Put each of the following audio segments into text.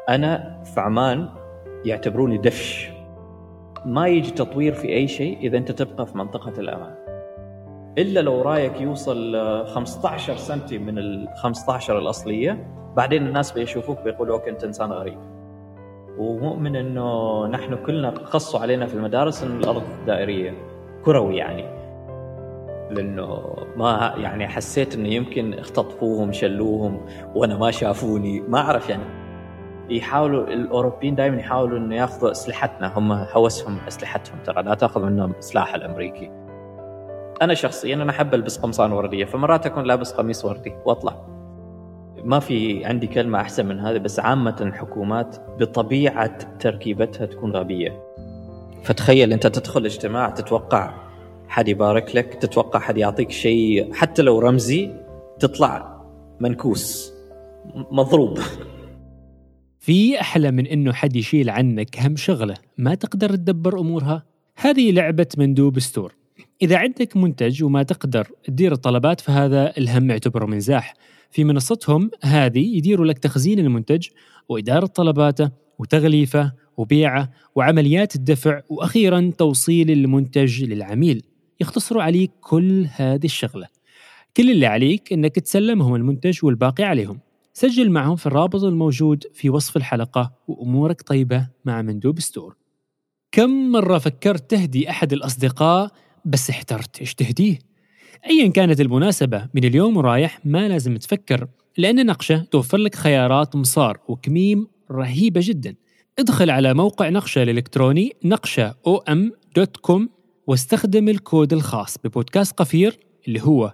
أنا في عمان يعتبروني دفش. ما يجي تطوير في أي شيء إذا أنت تبقى في منطقة الأمان، إلا لو رايك يوصل 15 سنتي من ال 15 الأصلية، بعدين الناس بيشوفوك بيقولوا أوكي أنت إنسان غريب. ومؤمن إنه نحن كلنا قصوا علينا في المدارس إن الأرض دائرية كروي يعني، لأنه ما يعني حسيت إنه يمكن اختطفوهم شلوهم وأنا ما شافوني، ما أعرف يعني. يحاولوا الأوروبيين دائما يحاولوا إنه يأخذوا أسلحتنا، هم هوسهم أسلحتهم، ترى لا تأخذ منهم سلاح الأمريكي. أنا شخصيا أنا أحب ألبس قمصان وردية، فمرات أكون لابس قميص وردي وأطلع، ما في عندي كلمة أحسن من هذا. بس عامة الحكومات بطبيعة تركيبتها تكون غبية. فتخيل أنت تدخل اجتماع تتوقع حد يبارك لك، تتوقع حد يعطيك شيء حتى لو رمزي، تطلع منكوس مضروب. في أحلى من إنه حد يشيل عنك هم شغلة ما تقدر تدبر أمورها؟ هذه لعبة مندوب ستور. إذا عندك منتج وما تقدر تدير الطلبات، فهذا الهم يعتبره منزاح. في منصتهم هذه يديروا لك تخزين المنتج وإدارة طلباته وتغليفه وبيعه وعمليات الدفع وأخيراً توصيل المنتج للعميل. يختصروا عليك كل هذه الشغلة. كل اللي عليك إنك تسلمهم المنتج والباقي عليهم. سجل معهم في الرابط الموجود في وصف الحلقة وأمورك طيبة مع مندوب ستور. كم مرة فكرت تهدي أحد الأصدقاء بس احترت إيش تهديه؟ أيا كانت المناسبة، من اليوم ورايح ما لازم تفكر، لأن نقشة توفر لك خيارات مصار وكميم رهيبة جدا. ادخل على موقع نقشة الإلكتروني naqsha.com واستخدم الكود الخاص ببودكاست قفير اللي هو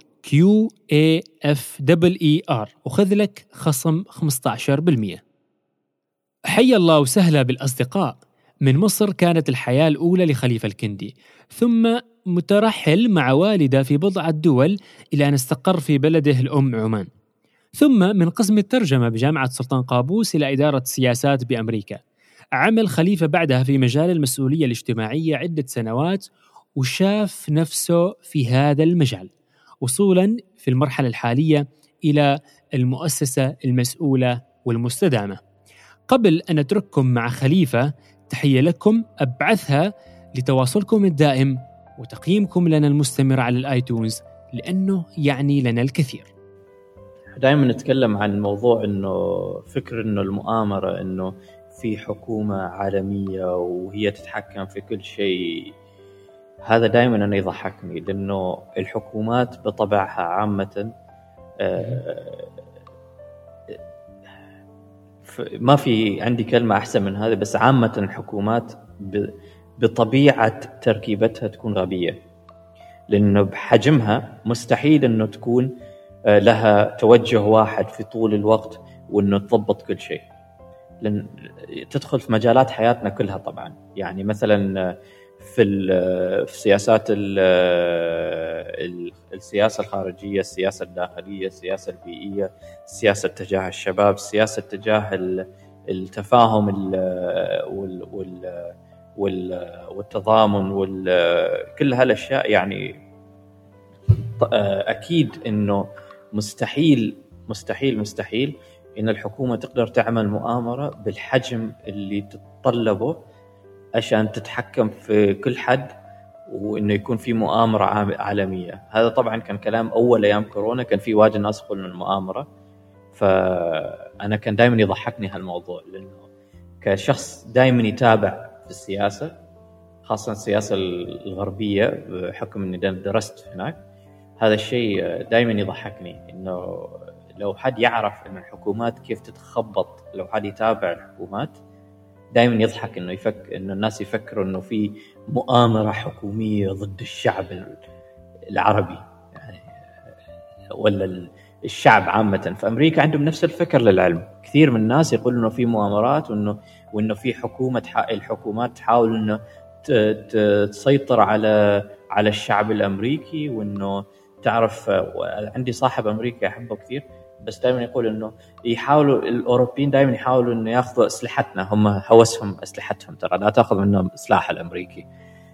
QAFEER وخذ لك خصم 15%. حيا الله وسهلا بالأصدقاء. من مصر كانت الحياة الأولى لخليفة الكندي، ثم مترحل مع والدة في بضعة دول إلى أن استقر في بلده الأم عمان، ثم من قسم الترجمة بجامعة سلطان قابوس إلى إدارة السياسات بأمريكا. عمل خليفة بعدها في مجال المسؤولية الاجتماعية عدة سنوات، وشاف نفسه في هذا المجال وصولاً في المرحلة الحالية إلى المؤسسة المسؤولة والمستدامة. قبل أن أترككم مع خليفة، تحية لكم أبعثها لتواصلكم الدائم وتقييمكم لنا المستمر على الآيتونز، لأنه يعني لنا الكثير. دائما نتكلم عن موضوع إنه فكر إنه المؤامرة، إنه في حكومة عالمية وهي تتحكم في كل شيء. هذا دائما أنا يضحكني، لأنه الحكومات بطبعها عامة ما في عندي كلمة أحسن من هذا. بس عامة الحكومات بطبيعة تركيبتها تكون غبية، لأنه بحجمها مستحيل أنه تكون لها توجه واحد في طول الوقت وأنه تضبط كل شيء. لأن تدخل في مجالات حياتنا كلها طبعا. يعني مثلا في سياسات السياسة الخارجية، السياسة الداخلية، السياسة البيئية، السياسة تجاه الشباب، السياسة تجاه التفاهم والتضامن كل هالأشياء. يعني أكيد إنه مستحيل مستحيل مستحيل إن الحكومة تقدر تعمل مؤامرة بالحجم اللي تتطلبه عشان تتحكم في كل حد، وإنه يكون في مؤامرة عالمية. هذا طبعا كان كلام أول أيام كورونا، كان في واجد ناس يقولون المؤامرة. فأنا كان دائما يضحكني هالموضوع، لأنه كشخص دائما يتابع في السياسة، خاصة السياسة الغربية بحكم أني درست هناك. هذا الشيء دائما يضحكني، إنه لو حد يعرف أن الحكومات كيف تتخبط، لو حد يتابع الحكومات دائما يضحك إنه الناس يفكروا إنه في مؤامرة حكومية ضد الشعب العربي يعني، ولا الشعب عامة. في أمريكا عندهم نفس الفكر للعلم. كثير من الناس يقولون إنه في مؤامرات، وإنه في الحكومات تحاول إنه تسيطر على الشعب الأمريكي. وإنه تعرف، عندي صاحب أمريكي أحبه كثير، بس دائما يقول إنه الأوروبيين دائما يحاولوا إنه يأخذوا أسلحتنا، هم هوسهم أسلحتهم، ترى لا تأخذ منهم سلاح الأمريكي.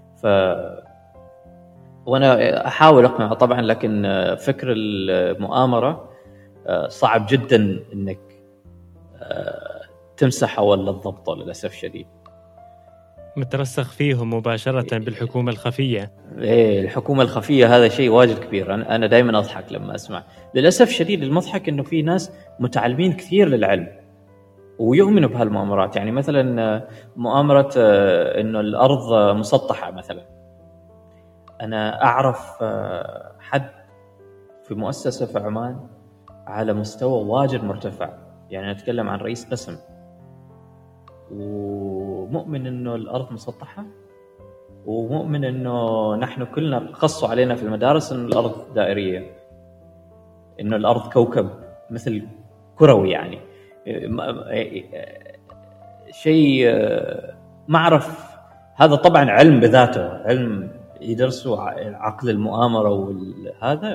وأنا أحاول أقنعه طبعا، لكن فكر المؤامرة صعب جدا إنك تمسحه ولا تضبطه للأسف شديد. مترسخ فيهم مباشرة بالحكومة الخفية. إيه الحكومة الخفية هذا شيء واجد كبير. أنا دائما أضحك لما أسمع. للأسف شديد المضحك إنه في ناس متعلمين كثير للعلم ويؤمنوا بهالمؤامرات. يعني مثلا مؤامرة إنه الأرض مسطحة مثلا. أنا أعرف حد في مؤسسة في عمان على مستوى واجد مرتفع، يعني نتكلم عن رئيس قسم، ومؤمن إنه الأرض مسطحة، ومؤمن إنه نحن كلنا قصوا علينا في المدارس إنه الأرض دائرية، إنه الأرض كوكب مثل كروي. يعني شيء ما أعرف. هذا طبعا علم بذاته، علم يدرسوا عقل المؤامرة وهذا.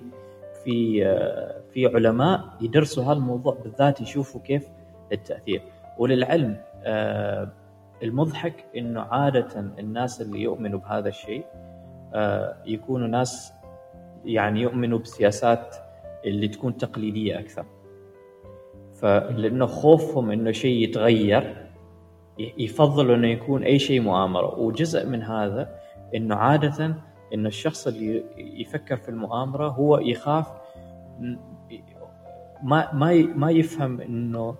في علماء يدرسوا هذا الموضوع بالذات، يشوفوا كيف التأثير. وللعلم المضحك إنه عادة الناس اللي يؤمنوا بهذا الشيء يكونوا ناس يعني يؤمنوا بسياسات اللي تكون تقليدية أكثر. فلأنه خوفهم إنه شيء يتغير يفضلوا إنه يكون أي شيء مؤامرة. وجزء من هذا إنه عادة إنه الشخص اللي يفكر في المؤامرة هو يخاف ما يفهم إنه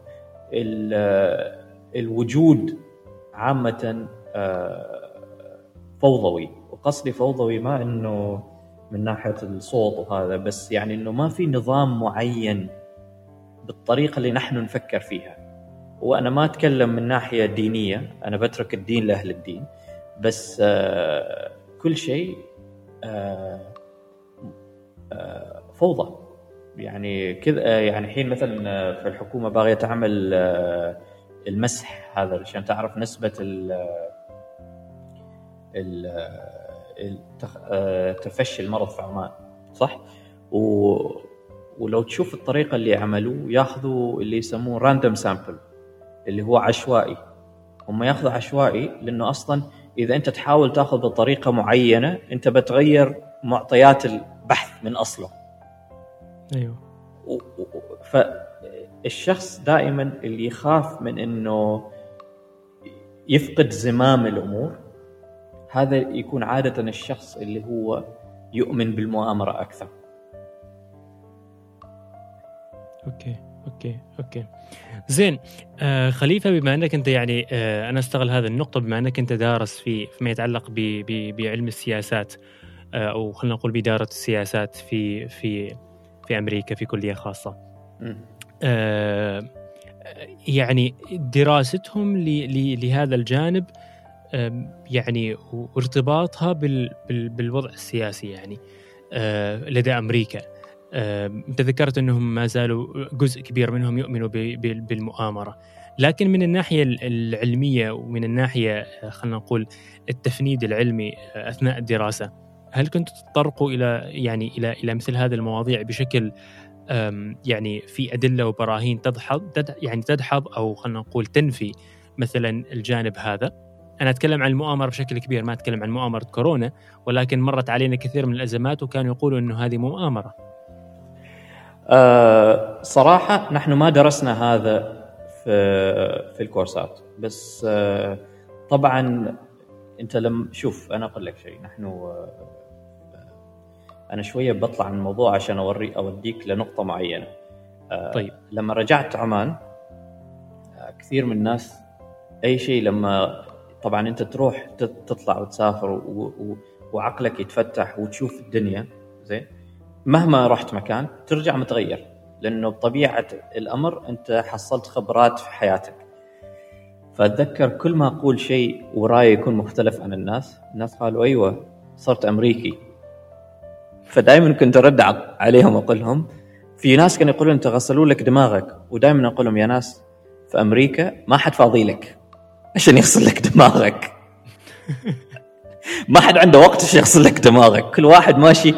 الوجود عامة فوضوي. وقصدي فوضوي ما إنه من ناحية الصوت وهذا بس، يعني إنه ما في نظام معين بالطريقة اللي نحن نفكر فيها. وأنا ما أتكلم من ناحية دينية، أنا بترك الدين لأهل الدين، بس كل شيء فوضى. يعني كذا. يعني حين مثلا في الحكومة باغية تعمل المسح هذا عشان تعرف نسبة تفشي المرض في عمان، صح؟ ولو تشوف الطريقة اللي عملوا، ياخذوا اللي يسموه راندوم سامبل، اللي هو عشوائي. هم ياخذوا عشوائي لأنه أصلا إذا أنت تحاول تأخذ بطريقة معينة أنت بتغير معطيات البحث من أصله. أيوه. فالشخص دائما اللي يخاف من أنه يفقد زمام الأمور، هذا يكون عادة الشخص اللي هو يؤمن بالمؤامرة أكثر. أوكي زين. خليفة، بما أنك أنت يعني أنا أستغل هذا النقطة، بما أنك أنت دارس فيما يتعلق بعلم السياسات، أو خلينا نقول بإدارة السياسات في أمريكا في كلية خاصة. يعني دراستهم لهذا الجانب يعني وارتباطها بالوضع السياسي يعني لدى أمريكا. أنت ذكرت أنهم ما زالوا جزء كبير منهم يؤمنوا بالمؤامرة، لكن من الناحية العلمية ومن الناحية خلينا نقول التفنيد العلمي أثناء الدراسة، هل كنتوا تتطرقوا إلى مثل هذه المواضيع بشكل يعني في أدلة وبراهين تدحض أو خلينا نقول تنفي مثلا الجانب هذا؟ أنا أتكلم عن المؤامرة بشكل كبير، ما أتكلم عن مؤامرة كورونا، ولكن مرت علينا كثير من الأزمات وكانوا يقولوا أنه هذه مؤامرة. صراحة نحن ما درسنا هذا في الكورسات، بس طبعا أنت شوف أنا أقول لك شيء. نحن أنا شوية بطلع عن الموضوع عشان أوديك لنقطة معينة. طيب. لما رجعت عمان كثير من الناس أي شيء لما طبعا أنت تروح تطلع وتسافر وعقلك يتفتح وتشوف الدنيا زين، مهما رحت مكان ترجع متغير، لأنه بطبيعة الأمر أنت حصلت خبرات في حياتك. فأتذكر كل ما أقول شيء ورأيي يكون مختلف عن الناس قالوا أيوة صرت أمريكي. فدائما كنت أرد عليهم أقول لهم، في ناس كانوا يقولون أنت غسلوا لك دماغك، ودائما أقول لهم يا ناس في أمريكا ما حد فاضي لك عشان يغسل لك دماغك. ما حد عنده وقت عشان يغسل لك دماغك، كل واحد ماشي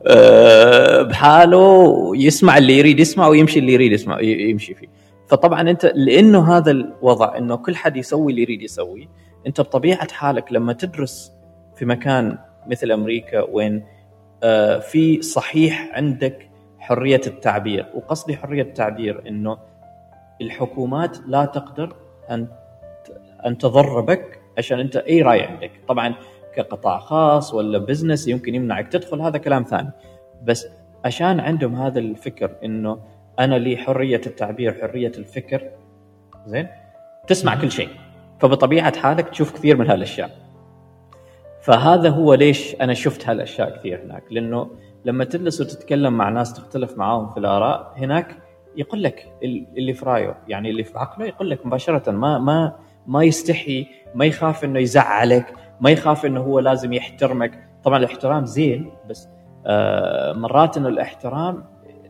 بحاله، يسمع اللي يريد يسمع ويمشي اللي يريد يمشي فيه. فطبعا أنت لأنه هذا الوضع أنه كل حد يسوي اللي يريد يسوي، أنت بطبيعة حالك لما تدرس في مكان مثل أمريكا وين في صحيح عندك حرية التعبير، وقصدي حرية التعبير أنه الحكومات لا تقدر أن تضر بك عشان أنت أي رأي عندك. طبعا كقطاع خاص ولا بزنس يمكن يمنعك تدخل، هذا كلام ثاني. بس عشان عندهم هذا الفكر إنه أنا لي حرية التعبير، حرية الفكر، زين، تسمع كل شيء، فبطبيعة حالك تشوف كثير من هالأشياء. فهذا هو ليش أنا شفت هالأشياء كثير هناك، لأنه لما تجلس وتتكلم مع ناس تختلف معاهم في الآراء، هناك يقول لك اللي في رأيه، يعني اللي في عقله يقول لك مباشرة، ما يستحي، ما يخاف إنه يزعلك، ما يخاف إنه هو لازم يحترمك. طبعا الاحترام زين، بس مرات إنه الاحترام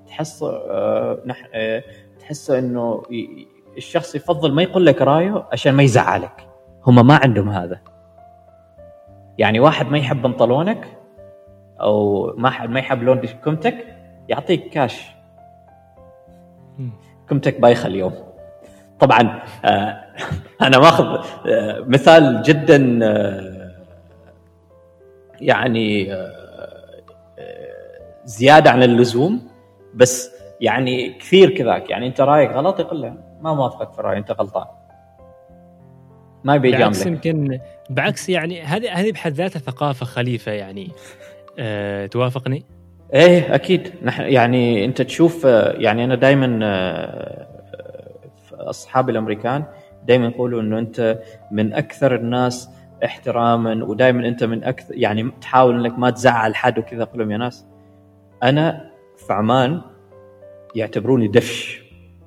تحس إنه الشخص يفضل ما يقول لك رأيه عشان ما يزعلك. هم ما عندهم هذا. يعني واحد ما يحب بنطلونك أو ما يحب لون كمتك، يعطيك كاش، كمتك بايخة اليوم. طبعا أنا ماخذ مثال جدا يعني زيادة عن اللزوم، بس يعني كثير كذاك. يعني أنت رأيك غلط، يقول له ما موافقك في الرأي، أنت غلطان، ما بيجاملك. بالعكس، يمكن بعكس، يعني هذه بحد ذاتها ثقافة خليفة يعني. توافقني؟ ايه اكيد. نحن يعني انت تشوف، يعني انا دائما اصحابي الامريكان دائما يقولوا انه انت من اكثر الناس احتراما، ودائما انت من اكثر، يعني تحاول انك ما تزعل حد وكذا. اقول لهم يا ناس، انا في عمان يعتبروني دفش.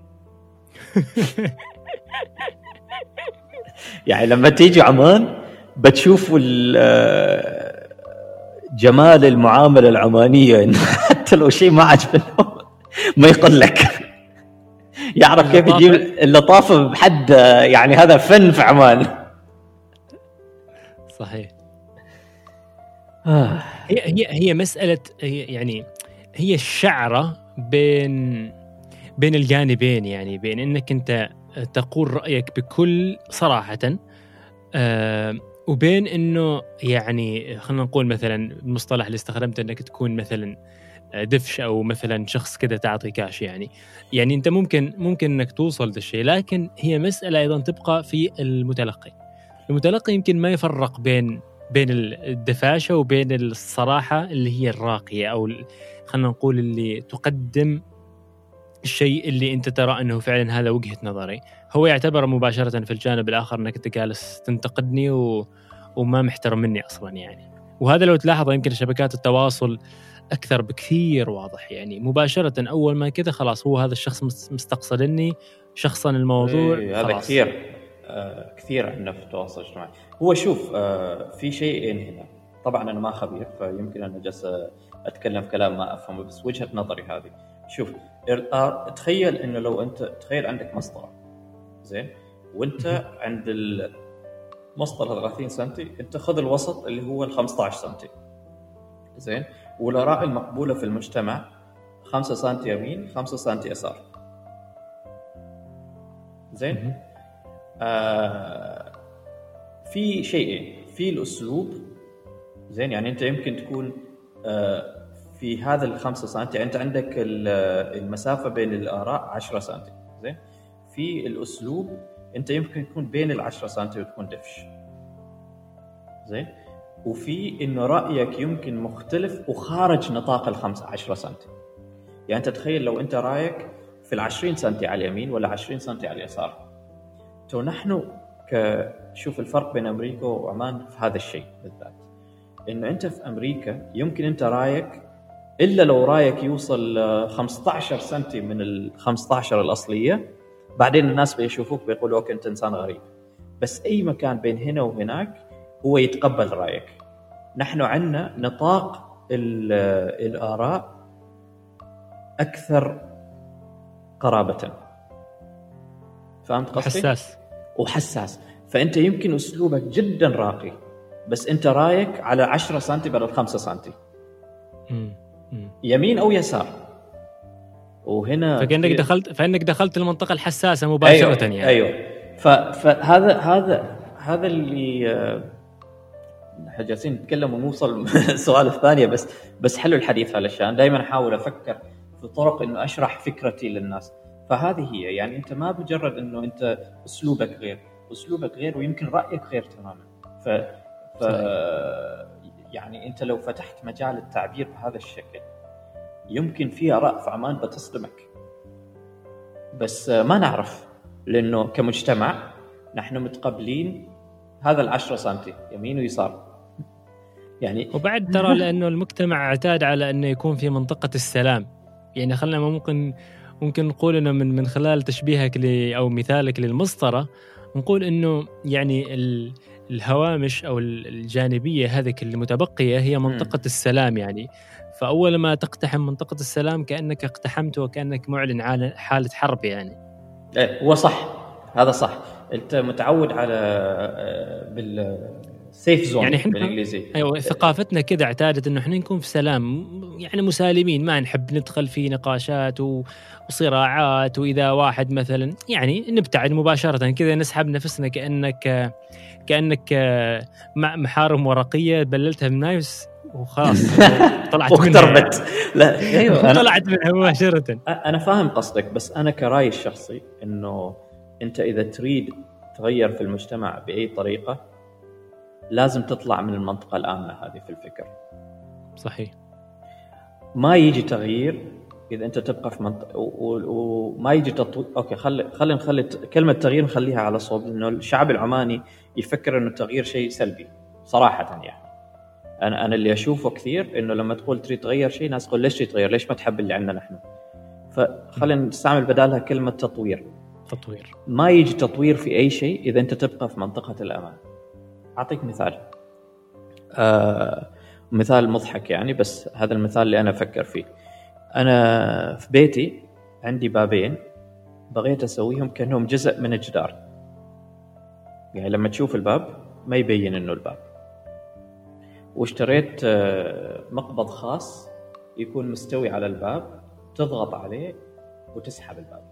يعني لما تيجي عمان بتشوفوا جمال المعاملة العمانية، إن حتى لو شيء ما عجبهم ما يقول لك، يعرف كيف يجيب اللطافة بحد. يعني هذا فن في عمان. صحيح. هي مسألة، يعني هي الشعرة بين الجانبين، يعني بين إنك أنت تقول رأيك بكل صراحة، وبين إنه يعني خلينا نقول مثلا المصطلح اللي استخدمته إنك تكون مثلا دفش أو مثلا شخص كده تعطي كاش. يعني أنت ممكن إنك توصل للشيء، لكن هي مسألة أيضا تبقى في المتلقي يمكن ما يفرق بين الدفاشة وبين الصراحة اللي هي الراقية، أو خلينا نقول اللي تقدم الشيء اللي أنت ترى أنه فعلا هذا وجهة نظري. هو يعتبر مباشرة في الجانب الآخر أنك أنت جالس تنتقدني وما محترم مني أصلا يعني. وهذا لو تلاحظ يمكن شبكات التواصل أكثر بكثير واضح، يعني مباشرة أول ما كذا خلاص هو هذا الشخص مستقصدني شخصا الموضوع. هذا كثير عندنا في التواصل الاجتماعي. هو شوف، في شيئين هنا. طبعا أنا ما خبير، فيمكن أنا جالس أتكلم كلام ما أفهمه، بس وجهة نظري هذه. شوف، تخيل إنه لو أنت تخيل عندك مسطرة، زين، وأنت عند المسطرة 30 سنتي، أنت خذ الوسط اللي هو 15 سنتي، زين، والآراء المقبولة في المجتمع 5 سنتي يمين 5 سنتي يسار، زين. في شيئين، في الأسلوب، زين، يعني أنت يمكن تكون في هذا 5 سنتي، يعني أنت عندك المسافة بين الآراء 10 سنتي، زين. في الأسلوب أنت يمكن تكون بين 10 سنتي وتكون دفش، زين. وفي إنه رأيك يمكن مختلف وخارج نطاق 15 سنتي. يعني أنت تخيل لو أنت رأيك في 20 سنتي على اليمين ولا 20 سنتي على اليسار. تو نحن شوف الفرق بين أمريكا وعمان في هذا الشيء بالذات، إنه أنت في أمريكا يمكن أنت رأيك، إلا لو رأيك يوصل 15 سنتي من 15 الأصلية، بعدين الناس بيشوفوك بيقولوا أوكي أنت إنسان غريب. بس أي مكان بين هنا وهناك هو يتقبل رأيك. نحن عندنا نطاق الآراء أكثر قرابة، فهمت قصدي؟ وحساس. فأنت يمكن أسلوبك جدا راقي، بس أنت رايك على 10 سنتي بدل 5 سنتي، يمين أو يسار. وهنا فإنك دخلت المنطقة الحساسة مباشرة. أيوة. يعني أيوة. فهذا اللي احنا جالسين نتكلم ونوصل السؤال الثانية، بس حلو الحديث هالأشياء. دائما أحاول أفكر في طرق إنه أشرح فكرتي للناس. فهذه هي، يعني انت ما بمجرد انه انت اسلوبك غير ويمكن رايك غير تماما. ف يعني انت لو فتحت مجال التعبير بهذا الشكل يمكن في اراء في عمان بتصدمك، بس ما نعرف، لانه كمجتمع نحن متقبلين هذا 10 سنتي يمين ويسار يعني. وبعد ترى لأنه المجتمع اعتاد على أنه يكون في منطقة السلام. يعني خلنا ممكن نقول أنه من خلال تشبيهك أو مثالك للمسطرة، نقول أنه يعني الهوامش أو الجانبية هذه المتبقية هي منطقة السلام. يعني فأول ما تقتحم منطقة السلام كأنك اقتحمت وكأنك معلن عن حالة حرب. يعني هو صح، هذا صح. أنت متعود على بالسيف زون يعني بالإنجليزي. أيوة، ثقافتنا كذا اعتادت إنه إحنا نكون في سلام، يعني مسالمين، ما نحب ندخل في نقاشات وصراعات. وإذا واحد مثلا يعني نبتعد مباشرة كذا، نسحب نفسنا كأنك محارم ورقية بللتها بنايس وخلاص طلعت منها. لا أيوة طلعت منها مباشرة. أنا فاهم قصدك، بس أنا كرأيي الشخصي إنه أنت إذا تريد تغير في المجتمع بأي طريقة لازم تطلع من المنطقة الآمنة هذه في الفكر. صحيح. ما يجي تغيير إذا أنت تبقى في منطقة وما يجي تطوير. أوكي، خلي كلمة تغيير نخليها على صوب، إنه الشعب العماني يفكر إنه التغيير شيء سلبي صراحة. يعني أنا اللي أشوفه كثير إنه لما تقول تريد تغير شيء ناس تقول ليش تغير، ليش ما تحب اللي عندنا نحن. فخلينا نستعمل بدالها كلمة تطوير. ما يجي تطوير في أي شيء إذا أنت تبقى في منطقة الأمان. أعطيك مثال، مثال مضحك يعني، بس هذا المثال اللي أنا أفكر فيه. أنا في بيتي عندي بابين بغيت أسويهم كأنهم جزء من الجدار، يعني لما تشوف الباب ما يبين إنه الباب. واشتريت مقبض خاص يكون مستوي على الباب، تضغط عليه وتسحب الباب.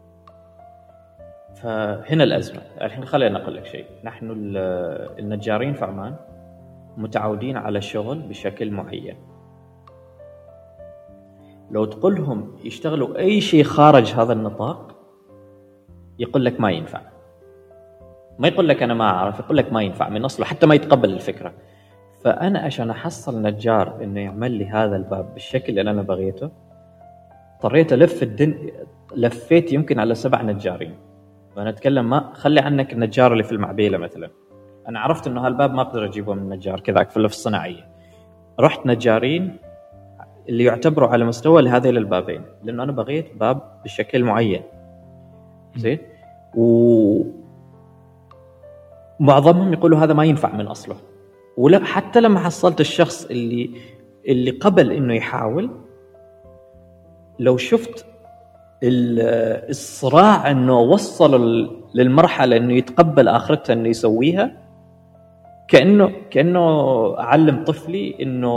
فهنا الأزمة. الحين خلينا نقول لك شيء، نحن النجارين في عمان متعودين على الشغل بشكل معين. لو تقولهم يشتغلوا أي شيء خارج هذا النطاق يقول لك ما ينفع. ما يقول لك أنا ما أعرف، يقول لك ما ينفع من أصله، حتى ما يتقبل الفكرة. فأنا عشان أحصل نجار إنه يعمل لي هذا الباب بالشكل اللي أنا بغيته اضطريت ألف لفيت يمكن على 7 نجارين. وأنا أتكلم، ما خلي عنك النجار اللي في المعبيلة مثلا، أنا عرفت إنه هالباب ما أقدر أجيبه من نجار كذا في الصناعية. رحت نجارين اللي يعتبروا على مستوى لهذه البابين، لأنه أنا بغيت باب بشكل معين زين. ومعظمهم يقولوا هذا ما ينفع من أصله. ولا حتى لما حصلت الشخص اللي قبل إنه يحاول، لو شفت الصراع إنه وصل للمرحلة إنه يتقبل آخرتها إنه يسويها، كأنه أعلم طفلي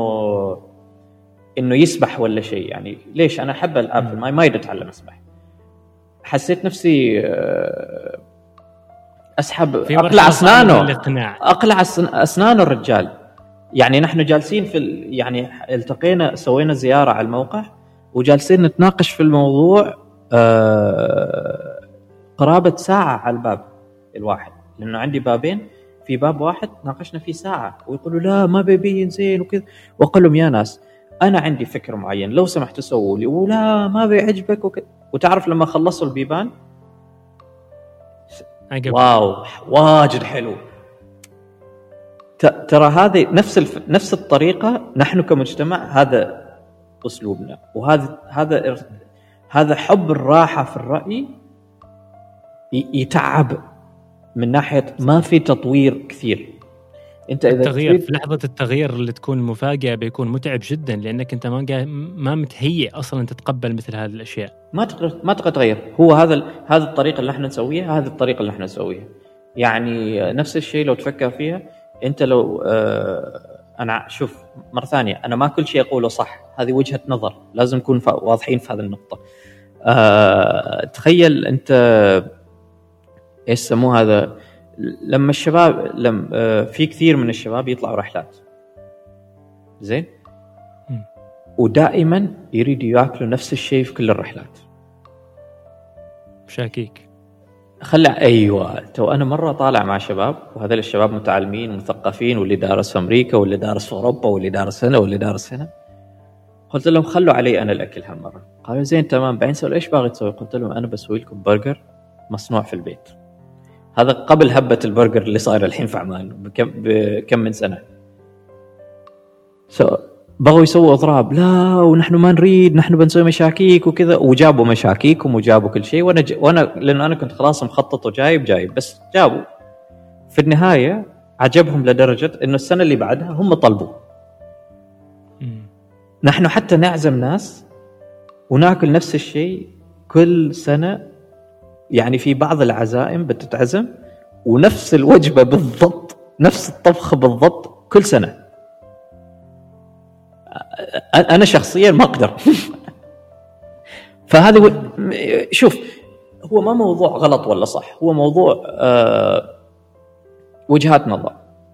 إنه يسبح ولا شيء. يعني ليش أنا أحب الألعاب في الماء، ما يقدر أتعلم أسبح. حسيت نفسي أسحب أقلع أسنانه الرجال. يعني نحن جالسين يعني التقينا، سوينا زيارة على الموقع وجالسين نتناقش في الموضوع قرابة ساعة على الباب الواحد، لأنه عندي بابين، في باب واحد ناقشنا فيه ساعة، ويقولوا لا ما بيبين زين وكذا. وأقول لهم يا ناس أنا عندي فكر معين لو سمحتوا سووا لي، ولا ما بيعجبك وكذا. وتعرف لما خلصوا البيبان واو واجد حلو. ترى هذه نفس الطريقة نحن كمجتمع، هذا أسلوبنا. وهذا حب الراحة في الرأي يتعب من ناحية ما في تطوير كثير. انت اذا التغيير في لحظة التغيير اللي تكون المفاجأة بيكون متعب جدا، لأنك انت ما متهيئ اصلا تتقبل مثل هذه الاشياء. ما تقدر تغير. هو هذا الطريقة اللي احنا نسويها، هذه الطريقة اللي احنا نسويها. يعني نفس الشيء لو تفكر فيها انت، لو انا شوف مرة ثانية، انا ما كل شيء اقوله صح، هذه وجهة نظر، لازم نكون واضحين في هذه النقطة. تخيل انت ايش سموه هذا، لما الشباب في كثير من الشباب يطلعوا رحلات زين، ودائما يريدوا ياكلوا نفس الشيء في كل الرحلات. شاكيك. ايوه، تو انا مره طالع مع شباب، وهذول الشباب متعلمين مثقفين، واللي دارس في امريكا واللي دارس في اوروبا واللي دارس هنا واللي دارس هنا. قلت لهم خلوا علي انا الاكل هالمره. قالوا زين تمام. بعدين سألوا ايش باغي تسوي؟ قلت لهم انا بسوي لكم برجر مصنوع في البيت. هذا قبل هبه البرجر اللي صايره الحين في عمان بكم من سنه. بغوا يسووا اضراب، لا ونحن ما نريد، نحن بنسوي مشاكيك وكذا، وجابوا مشاكيكهم وجابوا كل شيء. وانا لانه انا كنت خلاص مخطط وجايب بس جابوا. في النهايه عجبهم لدرجه انه السنه اللي بعدها هم طلبوا نحن حتى نعزم ناس وناكل نفس الشيء كل سنه. يعني في بعض العزائم بتتعزم ونفس الوجبه بالضبط، نفس الطبخ بالضبط كل سنه. أنا شخصيا ما أقدر. فهذا شوف، هو ما موضوع غلط ولا صح، هو موضوع وجهات نظر.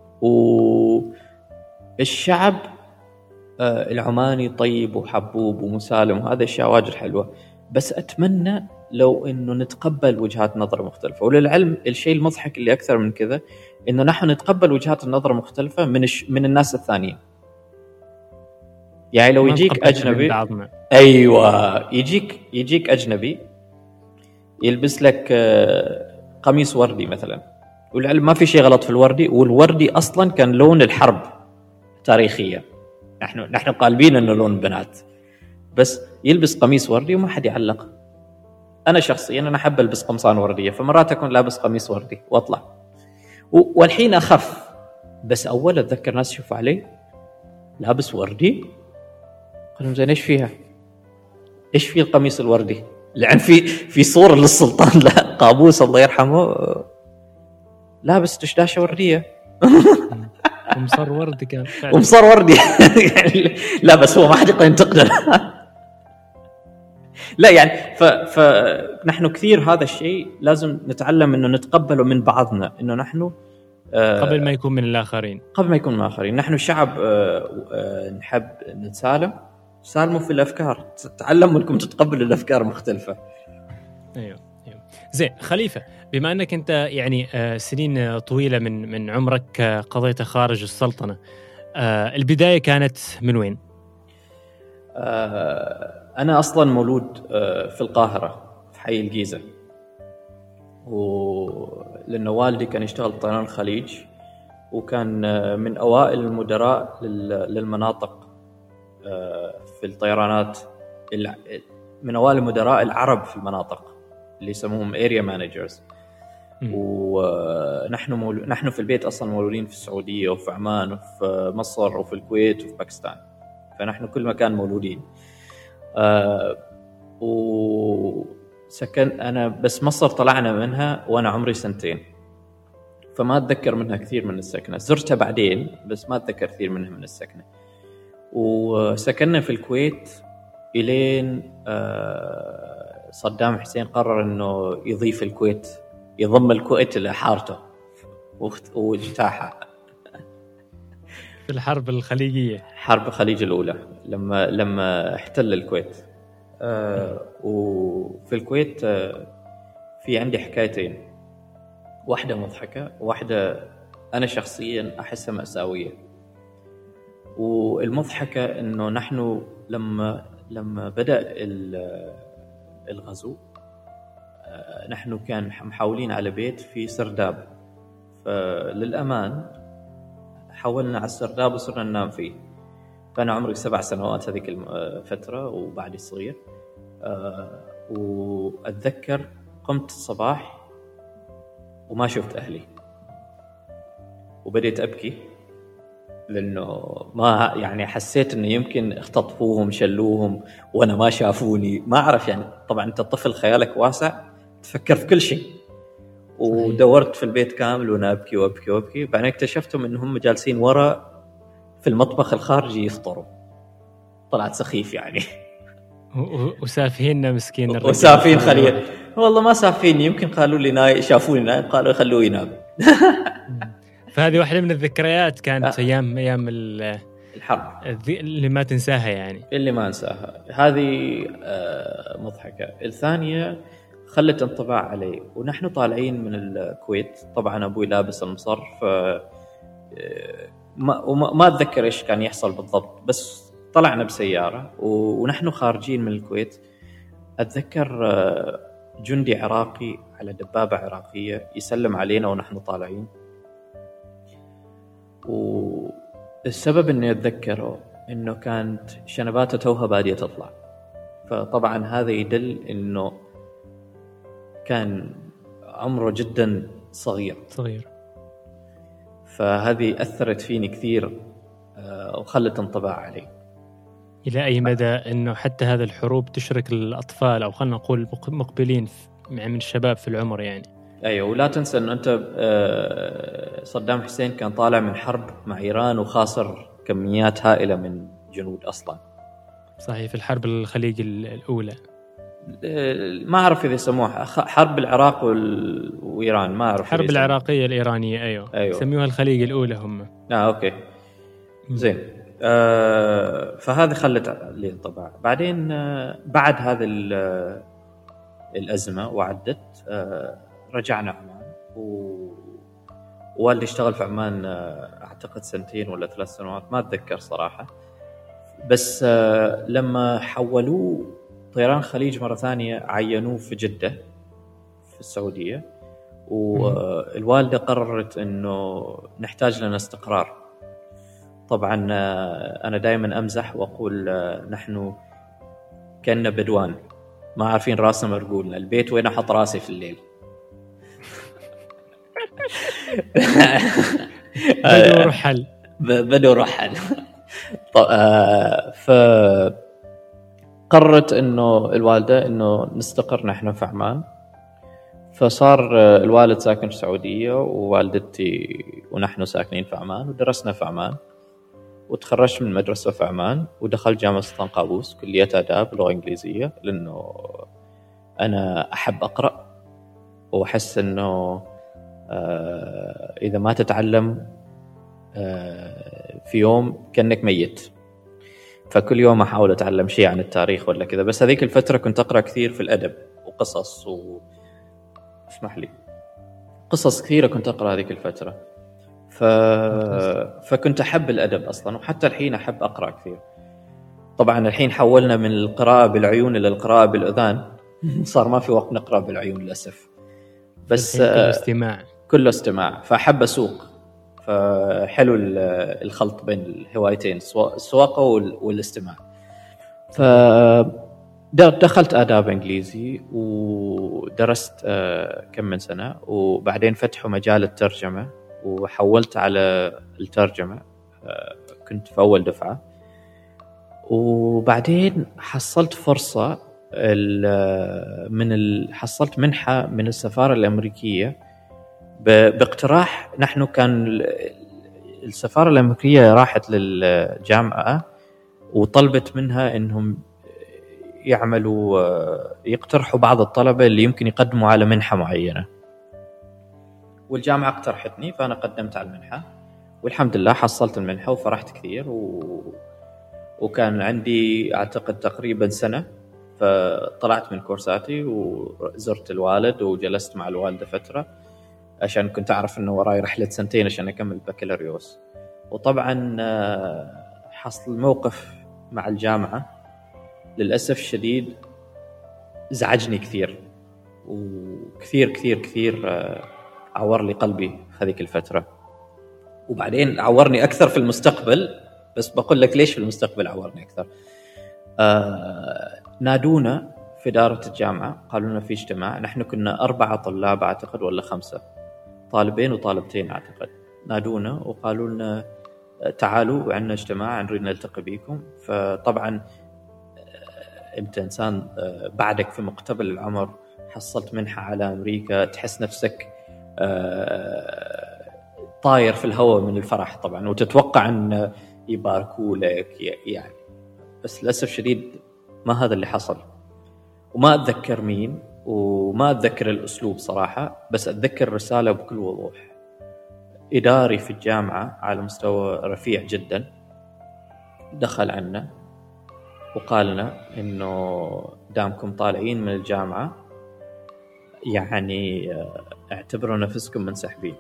والشعب العماني طيب وحبوب ومسالم، وهذا الشيء واجد حلوة، بس أتمنى لو إنه نتقبل وجهات نظر مختلفة. وللعلم الشيء المضحك اللي أكثر من كذا إنه نحن نتقبل وجهات النظر المختلفة من الناس الثانيين. يعني لو يجيك أجنبي، أيوة يجيك أجنبي يلبس لك قميص وردي مثلا، والعلم ما في شيء غلط في الوردي، والوردي أصلا كان لون الحرب تاريخيا، نحن قالبين إنه لون بنات، بس يلبس قميص وردي وما حد يعلق. أنا شخصيا أنا أحب ألبس قمصان وردية، فمرات أكون لابس قميص وردي وأطلع، والحين أخف. بس أول أتذكر ناس يشوفوا علي لابس وردي، قالوا زين ايش فيها؟ ايش في القميص الوردي؟ لأن في صورة للسلطان لا قابوس الله يرحمه لابس دشداشة وردية ومصر وردي كان ومصر وردي. لا بس هو ما حد يقدر ينتقده. لا يعني فنحن كثير هذا الشيء لازم نتعلم انه نتقبله من بعضنا، انه نحن قبل ما يكون من الآخرين، نحن شعب نحب نتسالم، سالموا في الأفكار، تعلموا أنكم تتقبلوا الأفكار المختلفة. أيوه. زين خليفة، بما أنك أنت يعني سنين طويلة من عمرك قضيتها خارج السلطنة، البداية كانت من وين؟ أنا أصلا مولود في القاهرة في حي الجيزة، لأن والدي كان يشتغل طيران الخليج، وكان من أوائل المدراء للمناطق في الطيرانات، من أوائل المدراء العرب في المناطق اللي يسموهم area managers. ونحن في البيت أصلا مولودين في السعودية وفي عمان وفي مصر وفي الكويت وفي باكستان، فنحن كل مكان مولودين. وسكن أنا بس مصر طلعنا منها وأنا عمري 2 سنين، فما أتذكر منها كثير من السكنة. زرتها بعدين بس ما أتذكر كثير منها من السكنة. وسكننا في الكويت إلين صدام حسين قرر إنه يضيف الكويت، يضم الكويت إلى حارته واجتاحها في الحرب الخليجية، حرب الخليج الأولى، لما احتل الكويت. وفي الكويت في عندي حكايتين، واحدة مضحكة وواحدة أنا شخصيا أحسها مأساوية. والمضحكة إنه نحن لما بدأ الغزو، نحن كان محاولين على بيت في سرداب، فللأمان حولنا على السرداب وصرنا ننام فيه. فأنا عمري 7 سنوات هذيك الفترة وبعدي صغير. وأتذكر قمت الصباح وما شفت أهلي، وبديت أبكي، لأنه ما يعني حسيت إنه يمكن اختطفوهم شلوهم وأنا ما شافوني، ما أعرف يعني. طبعا أنت طفل خيالك واسع، تفكر في كل شيء. ودورت في البيت كامل وأنا أبكي وأبكي وأبكي. بعدين اكتشفتهم إنهم جالسين ورا في المطبخ الخارجي يفطروا. طلعت سخيف يعني. وسافيننا مسكين الرجال، وسافين خليه والله ما سافين، يمكن قالوا لي شافوني نايم، قالوا خلوه ينام. فهذه واحدة من الذكريات كانت أيام الحرب اللي ما تنساها، يعني اللي ما انساها. هذه مضحكة. الثانية خلت انطباع علي. ونحن طالعين من الكويت، طبعا أبوي لابس المصر، ما أتذكر إيش كان يحصل بالضبط، بس طلعنا بسيارة ونحن خارجين من الكويت. أتذكر جندي عراقي على دبابة عراقية يسلم علينا ونحن طالعين. والسبب إني أتذكره إنه كانت شنباته توها بادية تطلع، فطبعا هذا يدل إنه كان عمره جدا صغير. فهذه أثرت فيني كثير وخلت انطباع علي. إلى أي مدى أنه حتى هذه الحروب تشرك الأطفال، أو خلنا نقول مقبلين من الشباب في العمر يعني. أيوة، ولا تنسى أنه أنت صدام حسين كان طالع من حرب مع إيران وخاسر كميات هائلة من جنود أصلا. صحيح، في الحرب الخليج الأولى. ما أعرف إذا يسموها حرب العراق وإيران، ما أعرف. الحرب العراقية الإيرانية، أيوة. يسموها الخليج الأولى هم. أوكي زين. فهذه خلت لي انطباع. بعدين بعد هذه الأزمة وعدت، رجعنا عمان، ووالدي اشتغل في عمان أعتقد 2 ولا 3 سنوات، ما أتذكر صراحة. بس لما حولوه طيران خليج مرة ثانية عينوه في جدة في السعودية، والوالدة قررت أنه نحتاج لنا استقرار. طبعا أنا دائما أمزح وأقول نحن كأننا بدوان ما عارفين راسنا مرقولنا، البيت وين أحط راسي في الليل. بدو رحل. فقررت إنه الوالدة إنه نستقر نحن في عمان. فصار الوالد ساكن في السعودية ووالدتي ونحن ساكنين في عمان، ودرسنا في عمان، وتخرجت من مدرسة في عمان، ودخلت جامعة سلطان قابوس كلية آداب لغة إنجليزية، لأنه أنا أحب أقرأ وأحس إنه إذا ما تتعلم في يوم كأنك ميت. فكل يوم أحاول أتعلم شيء عن التاريخ ولا كذا. بس هذيك الفترة كنت أقرأ كثير في الأدب وقصص اسمح لي، قصص كثيرة كنت أقرأ هذيك الفترة. فكنت أحب الأدب أصلاً، وحتى الحين أحب أقرأ كثير. طبعاً الحين حولنا من القراءة بالعيون إلى القراءة بالأذان. صار ما في وقت نقرأ بالعيون للأسف، بس كله استماع. فأحب أسوق، فحلو الخلط بين الهوايتين، السواقة والاستماع. دخلت آداب إنجليزي ودرست كم من سنة، وبعدين فتحوا مجال الترجمة وحولت على الترجمة. كنت في أول دفعة، وبعدين حصلت فرصة حصلت منحة من السفارة الأمريكية باقتراح. نحن كان السفارة الأمريكية راحت للجامعة وطلبت منها إنهم يقترحوا بعض الطلبة اللي يمكن يقدموا على منحة معينة، والجامعة اقترحتني، فأنا قدمت على المنحة والحمد لله حصلت المنحة وفرحت كثير. وكان عندي أعتقد تقريبا سنة، فطلعت من كورساتي وزرت الوالد وجلست مع الوالدة فترة عشان كنت أعرف أنه وراي رحلة 2 عشان أكمل بكالوريوس. وطبعا حصل موقف مع الجامعة للأسف الشديد زعجني كثير، وكثير كثير كثير عور لي قلبي هذيك الفترة، وبعدين عورني أكثر في المستقبل. بس بقول لك ليش في المستقبل عورني أكثر. نادونا في إدارة الجامعة، قالوا لنا في اجتماع. نحن كنا 4 طلاب أعتقد ولا 5 طالبين وطالبتين أعتقد. نادونا وقالوا لنا تعالوا وعندنا اجتماع نريد نلتقي بكم. فطبعا أنت إنسان بعدك في مقتبل العمر، حصلت منحة على أمريكا، تحس نفسك طاير في الهواء من الفرح طبعا، وتتوقع أن يباركوا لك يعني. بس للأسف شديد ما هذا اللي حصل، وما أتذكر مين وما أتذكر الأسلوب صراحة، بس أتذكر الرسالة بكل وضوح. إداري في الجامعة على مستوى رفيع جدا دخل عنا وقال لنا إنه دامكم طالعين من الجامعة يعني اعتبروا نفسكم منسحبين.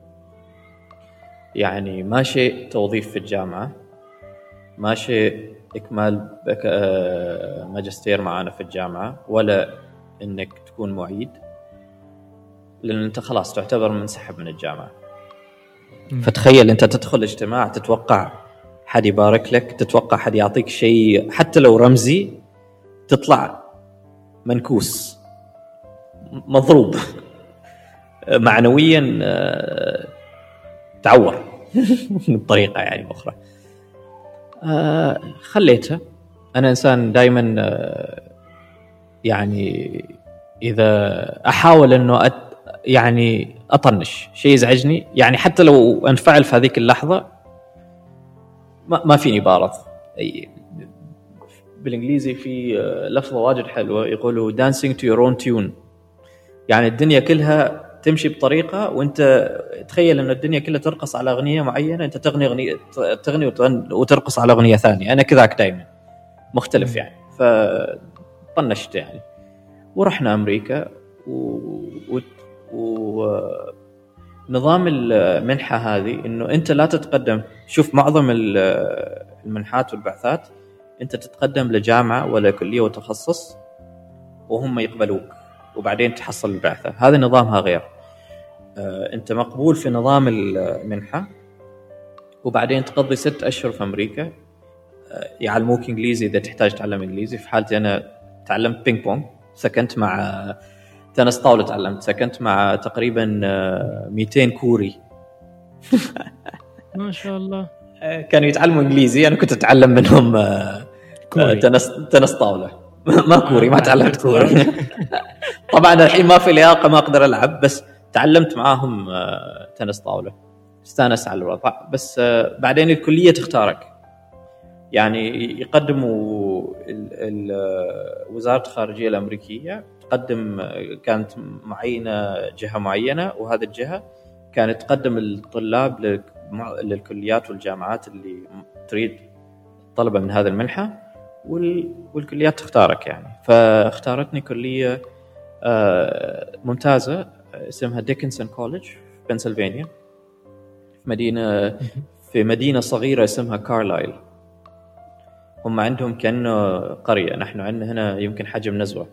يعني ما شيء توظيف في الجامعة، ما شيء إكمال ماجستير معانا في الجامعة، ولا إنك تكون معيد، لأن أنت خلاص تعتبر منسحب من الجامعة. فتخيل أنت تدخل اجتماع تتوقع حد يبارك لك، تتوقع حد يعطيك شيء حتى لو رمزي، تطلع منكوس مضروب معنويا، تعور بطريقة يعني أخرى. خليتها. أنا إنسان دايما يعني إذا أحاول أنه يعني أطنش شيء يزعجني، يعني حتى لو أنفعل في هذيك اللحظة ما فيني بارض. بالإنجليزي في لفظة واجد حلوة يقولوا dancing to your own tune، يعني الدنيا كلها تمشي بطريقة وانت تخيل ان الدنيا كلها ترقص على أغنية معينة، انت تغني وترقص على أغنية ثانية. انا كذاك دايما مختلف يعني. فطنشت يعني ورحنا امريكا ونظام المنحة هذه انه انت لا تتقدم. شوف معظم المنحات والبعثات انت تتقدم لجامعة ولا كلية وتخصص وهم يقبلوك وبعدين تحصل البعثة. هذا نظامها غير. أنت مقبول في نظام المنحة وبعدين تقضي 6 أشهر في أمريكا، يعلموك إنجليزي إذا تحتاج تعلم إنجليزي. في حالتي أنا تعلمت بينج بونج، سكنت مع تنس طاولة، تعلمت سكنت مع تقريبا 200 كوري ما شاء الله. كانوا يتعلموا إنجليزي، أنا كنت أتعلم منهم تنس طاولة. ما كوري، ما تعلمت كوري طبعا الحين ما في لياقة ما أقدر ألعب، بس تعلمت معاهم تنس طاولة، استانس على الوضع. بس بعدين الكلية تختارك، يعني يقدموا وزارة الخارجية الأمريكية تقدم، كانت معينة جهة معينة، وهذه الجهة كانت تقدم الطلاب للكليات والجامعات اللي تريد طلبة من هذا المنحة، والكليات تختارك يعني. فاختارتني كلية ممتازة اسمها ديكنسون كوليدج في بنسلفانيا، في مدينة صغيرة اسمها كارلايل. هم عندهم كأنه قرية، نحن عندنا هنا يمكن حجم نزوة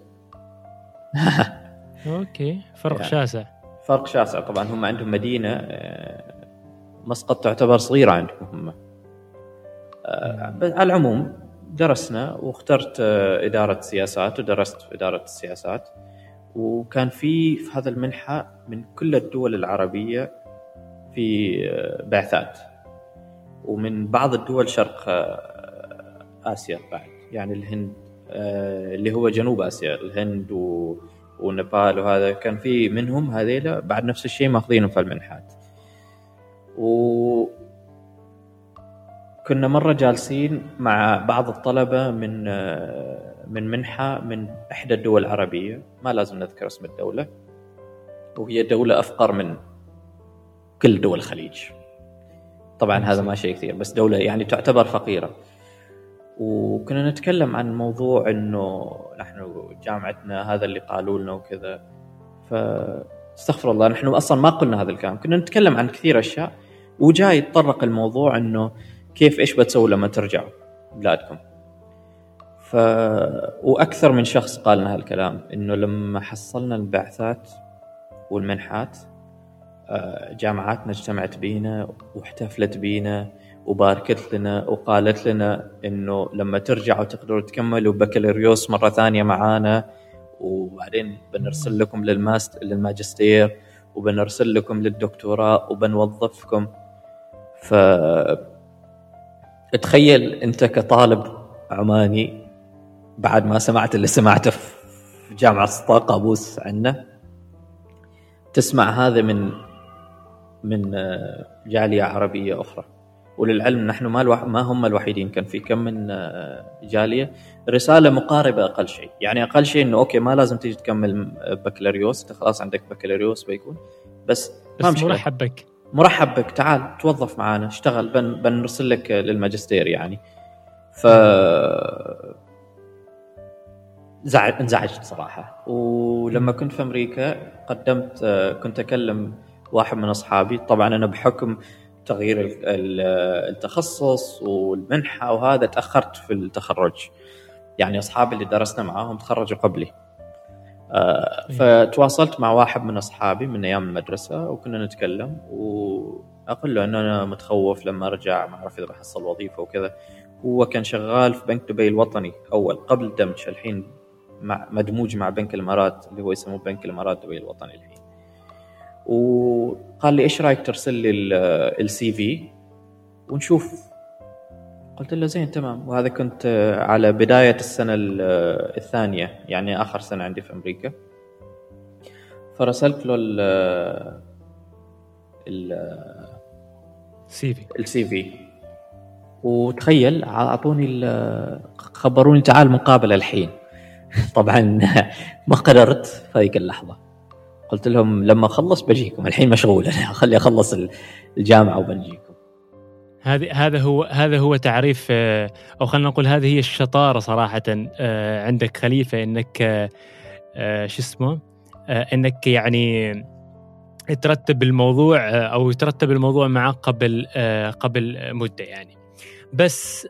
أوكي، فرق شاسع. فرق شاسع طبعا. هم عندهم مدينة مسقط تعتبر صغيرة عندهم هم. على العموم درسنا، واخترت إدارة سياسات ودرست في إدارة السياسات. وكان في هذا المنحة من كل الدول العربية في بعثات، ومن بعض الدول شرق آسيا بعد، يعني الهند اللي هو جنوب آسيا، الهند ونيبال، وهذا كان في منهم هذيلا بعد نفس الشيء ماخذينهم في المنحات. كنا مرة جالسين مع بعض الطلبة من منحة من إحدى الدول العربية، ما لازم نذكر اسم الدولة، وهي دولة أفقر من كل دول الخليج طبعا، هذا ما شيء كثير، بس دولة يعني تعتبر فقيرة. وكنا نتكلم عن موضوع إنه نحن جامعتنا هذا اللي قالوا لنا وكذا. فاستغفر الله، نحن أصلا ما قلنا هذا الكلام، كنا نتكلم عن كثير أشياء، وجاي يتطرق الموضوع إنه كيف إيش بتسوي لما ترجعوا بلادكم. وأكثر من شخص قال لنا هالكلام، إنه لما حصلنا البعثات والمنحات جامعاتنا اجتمعت بينا واحتفلت بينا وباركت لنا وقالت لنا إنه لما ترجعوا تقدروا تكملوا بكالوريوس مرة ثانية معانا، وبعدين بنرسل لكم للماجستير، وبنرسل لكم للدكتوراه، وبنوظفكم. فتخيل أنت كطالب عماني بعد ما سمعت اللي سمعته في جامعة سلطان قابوس عنا، تسمع هذا من جالية عربية أخرى. وللعلم نحن ما هم الوحيدين، كان في كم من جالية. رسالة مقاربة أقل شيء، يعني أقل شيء إنه أوكي ما لازم تيجي تكمل بكالوريوس، أنت خلاص عندك بكالوريوس بيكون، بس مرحب بك، تعال توظف معنا، اشتغل، بنرسل لك للماجستير يعني. انزعجت صراحة. ولما كنت في أمريكا كنت أكلم واحد من أصحابي. طبعا أنا بحكم تغيير التخصص والمنحة وهذا تأخرت في التخرج، يعني أصحابي اللي درسنا معاهم تخرجوا قبلي. فتواصلت مع واحد من أصحابي من أيام المدرسة وكنا نتكلم، وأقول له أن أنا متخوف لما أرجع ما أعرف إذا بحصل وظيفة وكذا. هو كان شغال في بنك دبي الوطني أول قبل الدمج، الحين مدموج مع بنك الإمارات اللي هو يسموه بنك الإمارات دبي الوطني الحين. وقال لي إيش رأيك ترسل لي السي في ونشوف. قلت له زين تمام. وهذا كنت على بداية السنة الثانية، يعني آخر سنة عندي في أمريكا. فرسلت له السي في وتخيل خبروني تعال مقابلة الحين. طبعا ما قدرت في هذيك اللحظة، قلت لهم لما أخلص بجيكم، الحين مشغول أنا، خلي أخلص الجامعة وبنجيكم. هذا هو تعريف، أو خلينا نقول هذه هي الشطارة صراحة عندك خليفة، إنك إنك يعني ترتب الموضوع أو يترتب الموضوع معك قبل مدة يعني. بس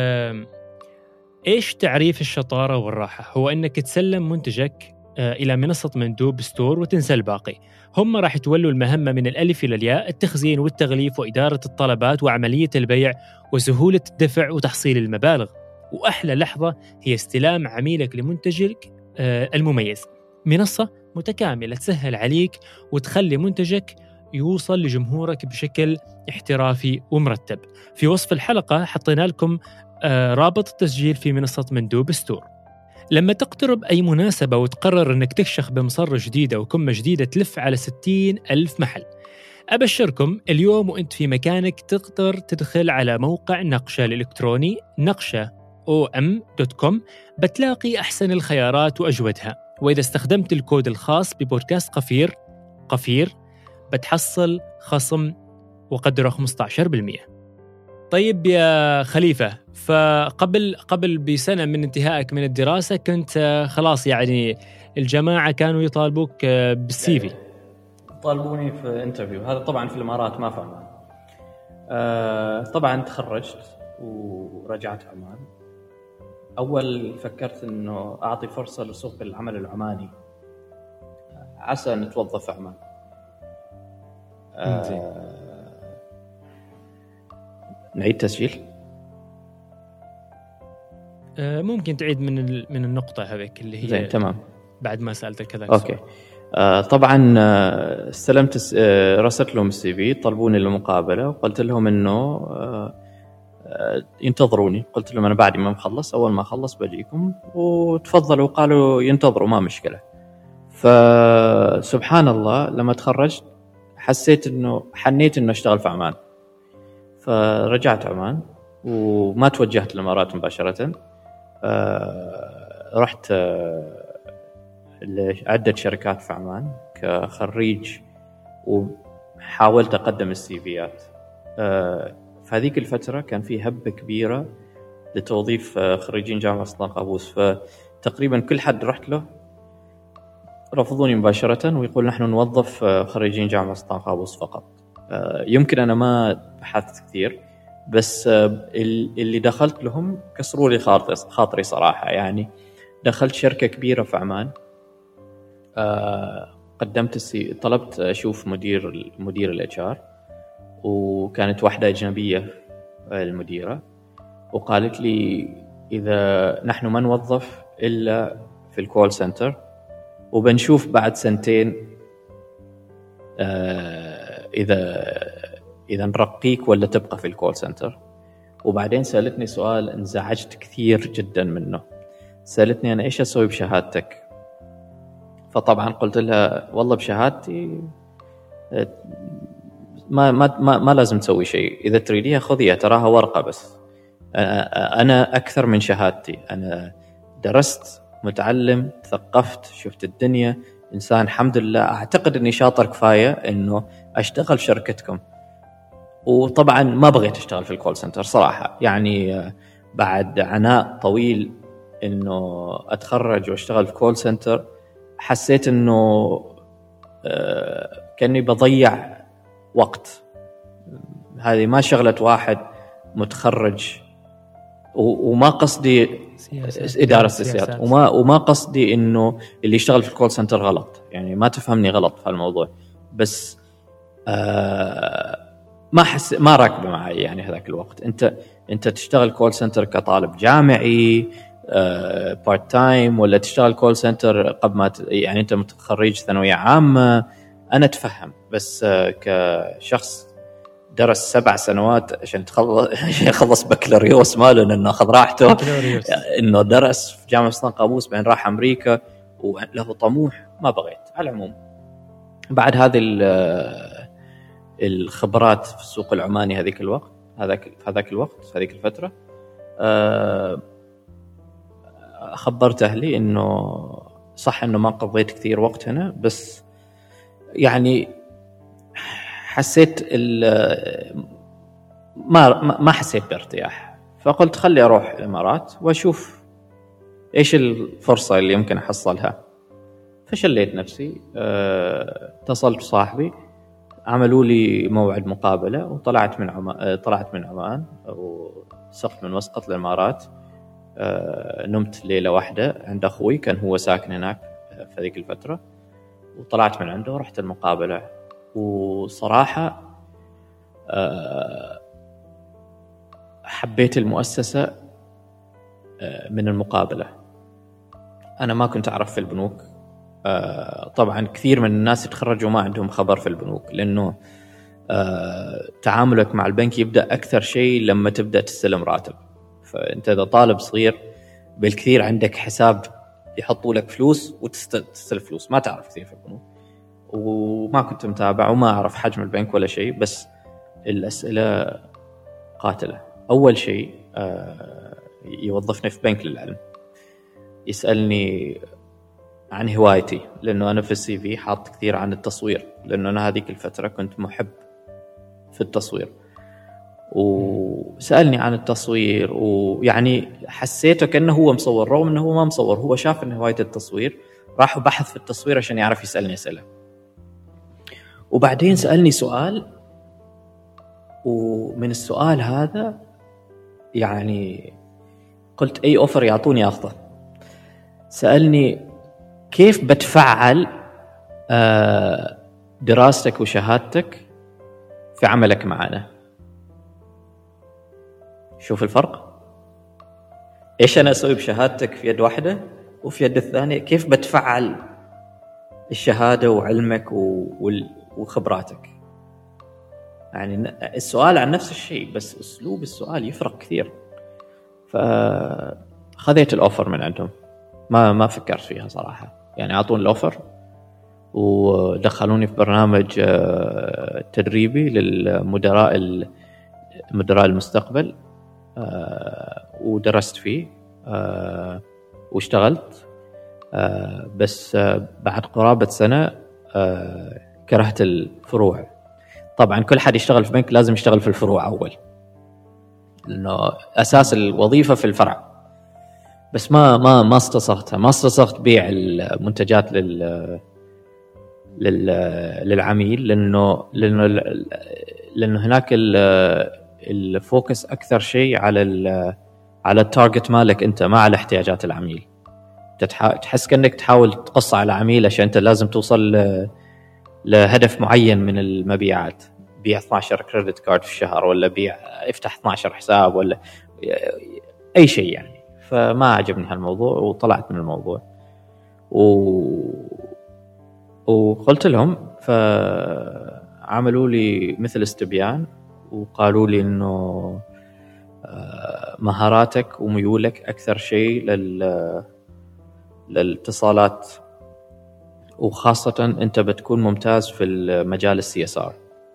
إيش تعريف الشطارة والراحة؟ هو إنك تسلم منتجك إلى منصة مندوب ستور وتنسى الباقي. هم راح يتولوا المهمة من الألف إلى الياء: التخزين والتغليف وإدارة الطلبات وعملية البيع وسهولة الدفع وتحصيل المبالغ. وأحلى لحظة هي استلام عميلك لمنتجك المميز. منصة متكاملة تسهل عليك وتخلي منتجك يوصل لجمهورك بشكل احترافي ومرتب. في وصف الحلقة حطينا لكم رابط التسجيل في منصة مندوب ستور. لما تقترب أي مناسبة وتقرر أنك تكشخ بمصر جديدة وكمة جديدة تلف على 60,000 محل، أبشركم اليوم وأنت في مكانك تقدر تدخل على موقع نقشة الإلكتروني naqsha.com، بتلاقي أحسن الخيارات وأجودها. وإذا استخدمت الكود الخاص ببودكاست قفير بتحصل خصم وقدره 15%. طيب يا خليفة، فقبل بسنة من انتهائك من الدراسة كنت خلاص يعني الجماعة كانوا يطالبوك بالسي في. طالبوني في انترفيو، هذا طبعا في الإمارات ما فهمه. طبعا تخرجت ورجعت عمان. أول فكرت أنه أعطي فرصة لسوق العمل العماني، عسى أن نتوظف في عمان. نعيد تسجيل؟ ممكن تعيد من النقطة هذيك اللي هي زين تمام. بعد ما سألتك كذا. أوكي. طبعا استلمت رسلت لهم السي في، طلبوني للمقابلة وقلت لهم إنه ينتظروني. قلت لهم أنا بعد ما مخلص، أول ما أخلص بجيكم. وتفضلوا، قالوا ينتظروا ما مشكلة. فسبحان الله لما تخرجت حنيت إنه أشتغل في عمان. فرجعت عمان وما توجهت للإمارات مباشرة. رحت لعدة شركات في عمان كخريج، وحاولت أقدم السي فيات. في هذيك الفترة كان في هبة كبيرة لتوظيف خريجين جامعة سلطان قابوس، فتقريبا كل حد رحت له رفضوني مباشرة ويقول نحن نوظف خريجين جامعة سلطان قابوس فقط. يمكن أنا ما بحثت كثير، بس اللي دخلت لهم كسروا لي خاطري صراحة. يعني دخلت شركة كبيرة في عمان، طلبت أشوف مدير الHR، وكانت واحدة أجنبية المديرة، وقالت لي إذا نحن ما نوظف إلا في الكول سنتر، وبنشوف بعد سنتين إذا نرقيك ولا تبقى في الكول سنتر. وبعدين سألتني سؤال انزعجت كثير جدا منه. سألتني أنا إيش أسوي بشهادتك؟ فطبعا قلت لها والله بشهادتي ما لازم تسوي شيء، إذا تريديها خذيها، تراها ورقة بس. أنا أكثر من شهادتي، أنا درست، متعلم، ثقفت، شفت الدنيا، إنسان الحمد لله أعتقد أني شاطر كفاية أنه أشتغل شركتكم. وطبعا ما بغيت أشتغل في الكول سنتر صراحة، يعني بعد عناء طويل إنه أتخرج وأشتغل في كول سنتر، حسيت إنه كأني بضيع وقت. هذه ما شغلة واحد متخرج، وما قصدي إدارة السياسات، وما قصدي إنه اللي يشتغل في الكول سنتر غلط، يعني ما تفهمني غلط في الموضوع، بس ما راكبه معي يعني هذاك الوقت. انت تشتغل كول سنتر كطالب جامعي بارت تايم، ولا تشتغل كول سنتر قبل ما يعني انت متخرج ثانويه عامه، انا اتفهم. بس كشخص درس 7 سنوات عشان يخلص بكالوريوس ماله انه اخذ راحته، انه درس في جامعه سلطان قابوس بعدين راح امريكا وله طموح، ما بغيت. على العموم بعد هذه الخبرات في السوق العماني هذيك الفترة خبرت أهلي إنه صح إنه ما قضيت كثير وقت هنا، بس يعني حسيت ما حسيت بارتياح، فقلت خلي أروح الإمارات وأشوف إيش الفرصة اللي يمكن أحصلها. فشليت نفسي، اتصلت بصاحبي، عملوا لي موعد مقابلة، وطلعت من عمان وسقت من مسقط للإمارات. نمت ليلة واحدة عند أخوي، كان هو ساكن هناك في هذيك الفترة، وطلعت من عنده ورحت المقابلة. وصراحة حبيت المؤسسة من المقابلة. أنا ما كنت أعرف في البنوك، طبعا كثير من الناس يتخرجوا ما عندهم خبر في البنوك، لأنه تعاملك مع البنك يبدأ أكثر شيء لما تبدأ تستلم راتب. فأنت إذا طالب صغير بالكثير عندك حساب يحطوا لك فلوس وتستلم فلوس، ما تعرف كثير في البنوك، وما كنت متابع وما أعرف حجم البنك ولا شيء. بس الأسئلة قاتلة. أول شيء يوظفني في بنك للعلم، يسألني عن هوايتي، لأنه أنا في السي في حاط كثير عن التصوير، لأنه أنا هذيك الفترة كنت محب في التصوير. وسألني عن التصوير، ويعني حسيته كأنه هو مصور، رغم أنه هو ما مصور، هو شاف أن هواية التصوير، راح بحث في التصوير عشان يعرف يسألني أسئلة. وبعدين سألني سؤال، ومن السؤال هذا يعني قلت أي أوفر يعطوني أخذه. سألني كيف بتفعل دراستك وشهادتك في عملك معنا. شوف الفرق، إيش أنا أسوي بشهادتك في يد واحدة وفي يد الثانية، كيف بتفعل الشهادة وعلمك وخبراتك. يعني السؤال عن نفس الشيء، بس أسلوب السؤال يفرق كثير. فخذيت الأوفر من عندهم، ما فكرت فيها صراحة. يعني أعطوني الأوفر ودخلوني في برنامج تدريبي للمدراء المستقبل، ودرست فيه واشتغلت. بس بعد قرابة سنة كرهت الفروع. طبعا كل حد يشتغل في بنك لازم يشتغل في الفروع أول، لأنه أساس الوظيفة في الفرع. بس ما استصغتها، ما استصغت بيع المنتجات للعميل، لأنه هناك الفوكس أكثر شيء على التارجت مالك أنت، ما على احتياجات العميل. تحس كأنك تحاول تقص على عميل عشان أنت لازم توصل لهدف معين من المبيعات. بيع 12 كريدت كارد في الشهر، ولا افتح 12 حساب، ولا أي شيء يعني. فما عجبني هالموضوع وطلعت من الموضوع وقلت لهم. فعملوا لي مثل استبيان وقالوا لي إنه مهاراتك وميولك أكثر شيء للاتصالات، وخاصة أنت بتكون ممتاز في المجال CSR.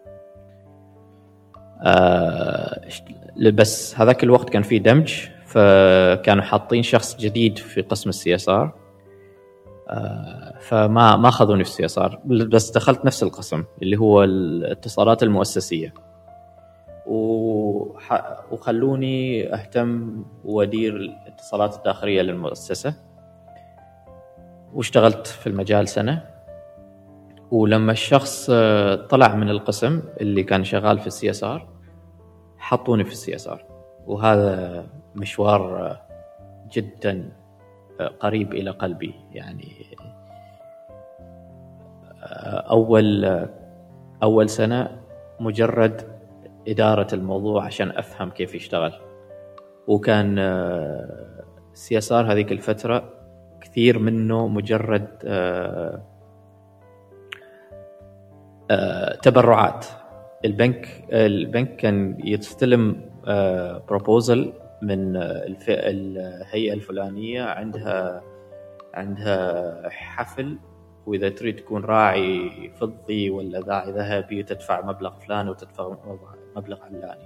بس هذاك الوقت كان في دمج، فكانوا حاطين شخص جديد في قسم CSR، فما أخذوني في CSR، بس دخلت نفس القسم اللي هو الاتصالات المؤسسية، وخلوني أهتم وأدير الاتصالات الداخلية للمؤسسة، واشتغلت في المجال سنة. ولما الشخص طلع من القسم اللي كان شغال في CSR حطوني في CSR، وهذا مشوار جدا قريب إلى قلبي. يعني أول سنة مجرد إدارة الموضوع عشان أفهم كيف يشتغل، وكان CSR هذيك الفترة كثير منه مجرد تبرعات. البنك كان يستلم بروبوزل من الهيئة الفلانية، عندها حفل، وإذا تريد تكون راعي فضي ولا راعي ذهبي تدفع مبلغ فلاني وتدفع مبلغ علاني.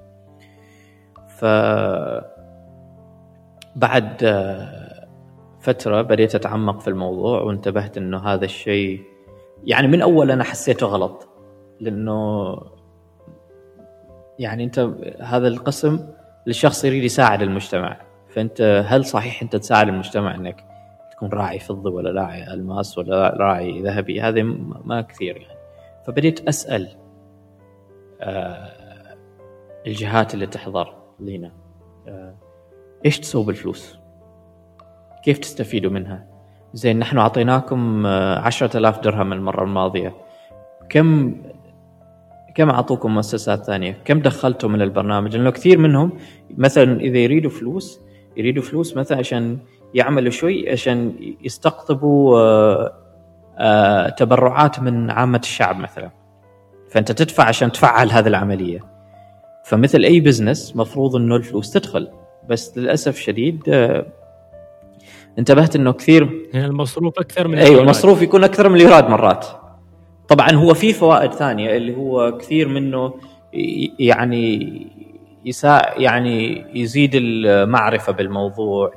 فبعد فترة بديت أتعمق في الموضوع وانتبهت إنه هذا الشيء يعني من أول أنا حسيته غلط، لأنه يعني أنت هذا القسم للشخص يريد يساعد المجتمع، فأنت هل صحيح أنت تساعد المجتمع إنك تكون راعي فضي ولا راعي ألماس ولا راعي ذهبي؟ هذا ما كثير يعني. فبديت أسأل الجهات اللي تحضر لنا إيش تسوي بالفلوس؟ كيف تستفيدوا منها؟ زين نحن أعطيناكم 10,000 درهم المرة الماضية، كم أعطوكم مؤسسات ثانية؟ كم دخلتوا من البرنامج؟ لأنه كثير منهم مثلا إذا يريدوا فلوس مثلا عشان يعملوا شيء، عشان يستقطبوا تبرعات من عامة الشعب مثلا، فأنت تدفع عشان تفعل هذه العملية. فمثل أي بزنس مفروض أنه الفلوس تدخل، بس للأسف شديد انتبهت أنه كثير يعني المصروف أكثر من أيوة المصروف يكون أكثر من الإيراد مرات. طبعا هو في فوائد ثانية اللي هو كثير منه يعني يعني يزيد المعرفة بالموضوع،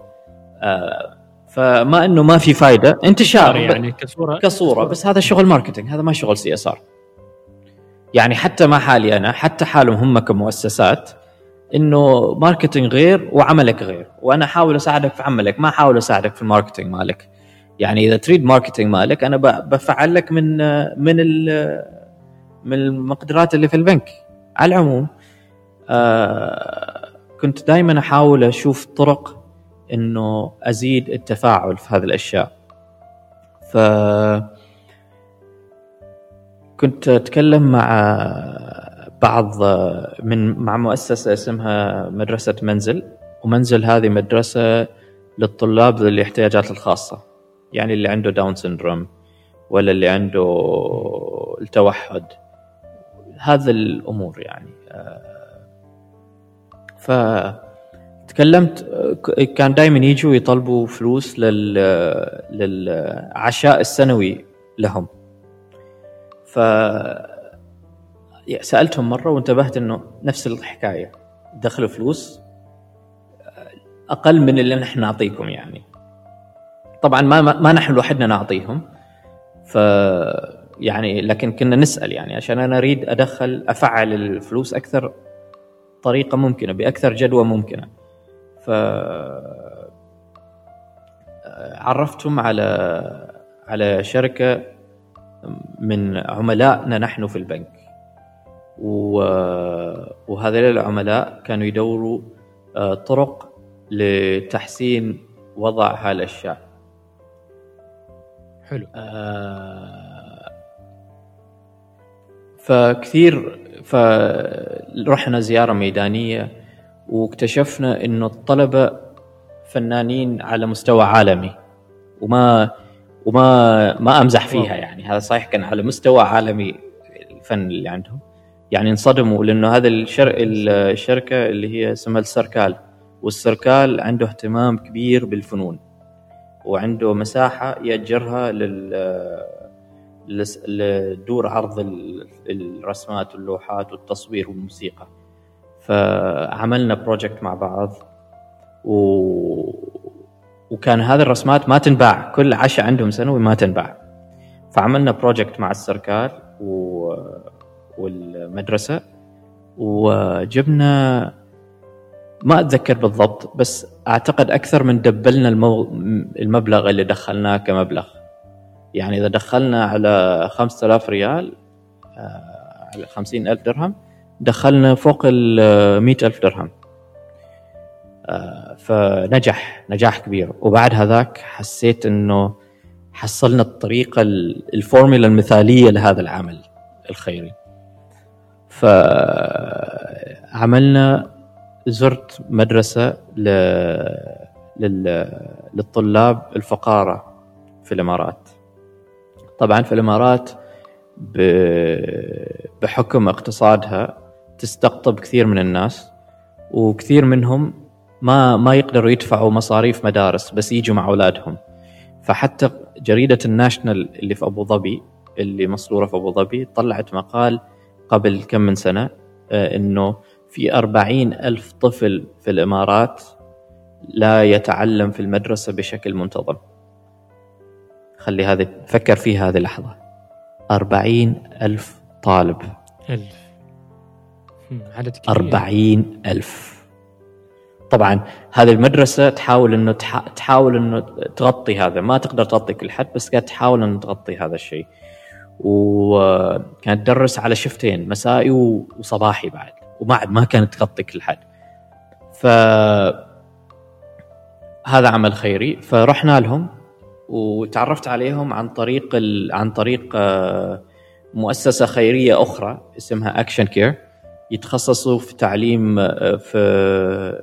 فما انه ما في فايدة انتشار يعني كصورة، بس هذا شغل ماركتينج، هذا ما شغل CSR. يعني حتى ما حالي أنا، حتى حالهم هم كمؤسسات، إنه ماركتينج غير وعملك غير، وأنا أحاول أساعدك في عملك، ما أحاول أساعدك في الماركتينج مالك. يعني إذا تريد ماركتينج مالك أنا بفعل لك من المقدرات اللي في البنك. على العموم كنت دائما أحاول أشوف طرق إنه أزيد التفاعل في هذه الأشياء. كنت أتكلم مع مؤسسة اسمها مدرسة منزل، ومنزل هذه مدرسة للطلاب ذوي الاحتياجات الخاصة، يعني اللي عنده داون سيندروم ولا اللي عنده التوحد، هذا الأمور يعني. فتكلمت، كان دائما يجوا يطلبوا فلوس للعشاء السنوي لهم. سألتهم مرة وانتبهت إنه نفس الحكاية، دخلوا فلوس أقل من اللي نحن نعطيكم. يعني طبعا ما نحن لوحدنا نعطيهم، يعني لكن كنا نسأل يعني عشان أنا أريد أفعل الفلوس أكثر طريقة ممكنة بأكثر جدوى ممكنة. عرفتهم على شركة من عملائنا نحن في البنك، وهذول العملاء كانوا يدوروا طرق لتحسين وضع هالأشياء. حلو. فرحنا زيارة ميدانية واكتشفنا إنه الطلبة فنانين على مستوى عالمي، وما أمزح فيها يعني، هذا صحيح كان على مستوى عالمي الفن اللي عندهم. يعني انصدموا لأنه هذا الشركة اللي هي اسمها السركال، والسركال عنده اهتمام كبير بالفنون، وعنده مساحة يأجرها لدور عرض الرسمات واللوحات والتصوير والموسيقى. فعملنا بروجكت مع بعض، وكان هذه الرسمات ما تنباع، كل عشاء عندهم سنوي ما تنباع. فعملنا بروجكت مع السركال والمدرسة، وجبنا ما أتذكر بالضبط، بس أعتقد أكثر من دبلنا المبلغ اللي دخلناه كمبلغ. يعني إذا دخلنا على 5000 ريال على 50,000 درهم، دخلنا فوق 100,000 درهم. فنجاح كبير. وبعد هذاك حسيت أنه حصلنا الطريقة الفورمولا المثالية لهذا العمل الخيري. فعملنا، زرت مدرسة للطلاب الفقارة في الإمارات. طبعا في الإمارات بحكم اقتصادها تستقطب كثير من الناس، وكثير منهم ما يقدروا يدفعوا مصاريف مدارس، بس يجوا مع أولادهم. فحتى جريدة الناشنال اللي في أبو ظبي، اللي مصدورة في أبو ظبي، طلعت مقال قبل كم من سنة إنه في 40,000 طفل في الإمارات لا يتعلم في المدرسة بشكل منتظم. خلي هذا فكر فيه هذه اللحظة، 40,000 طالب. 1000 عدد كبير. 40,000. طبعا هذه المدرسة تحاول إنه تغطي هذا، ما تقدر تغطي كل حد، بس قاعد تحاول إنه تغطي هذا الشيء. وكانت تدرس على شفتين، مسائي وصباحي بعد، ما كانت تغطي كل حد. فهذا عمل خيري. فرحنا لهم وتعرفت عليهم عن طريق مؤسسة خيرية أخرى اسمها أكشن كير، يتخصصوا في تعليم، في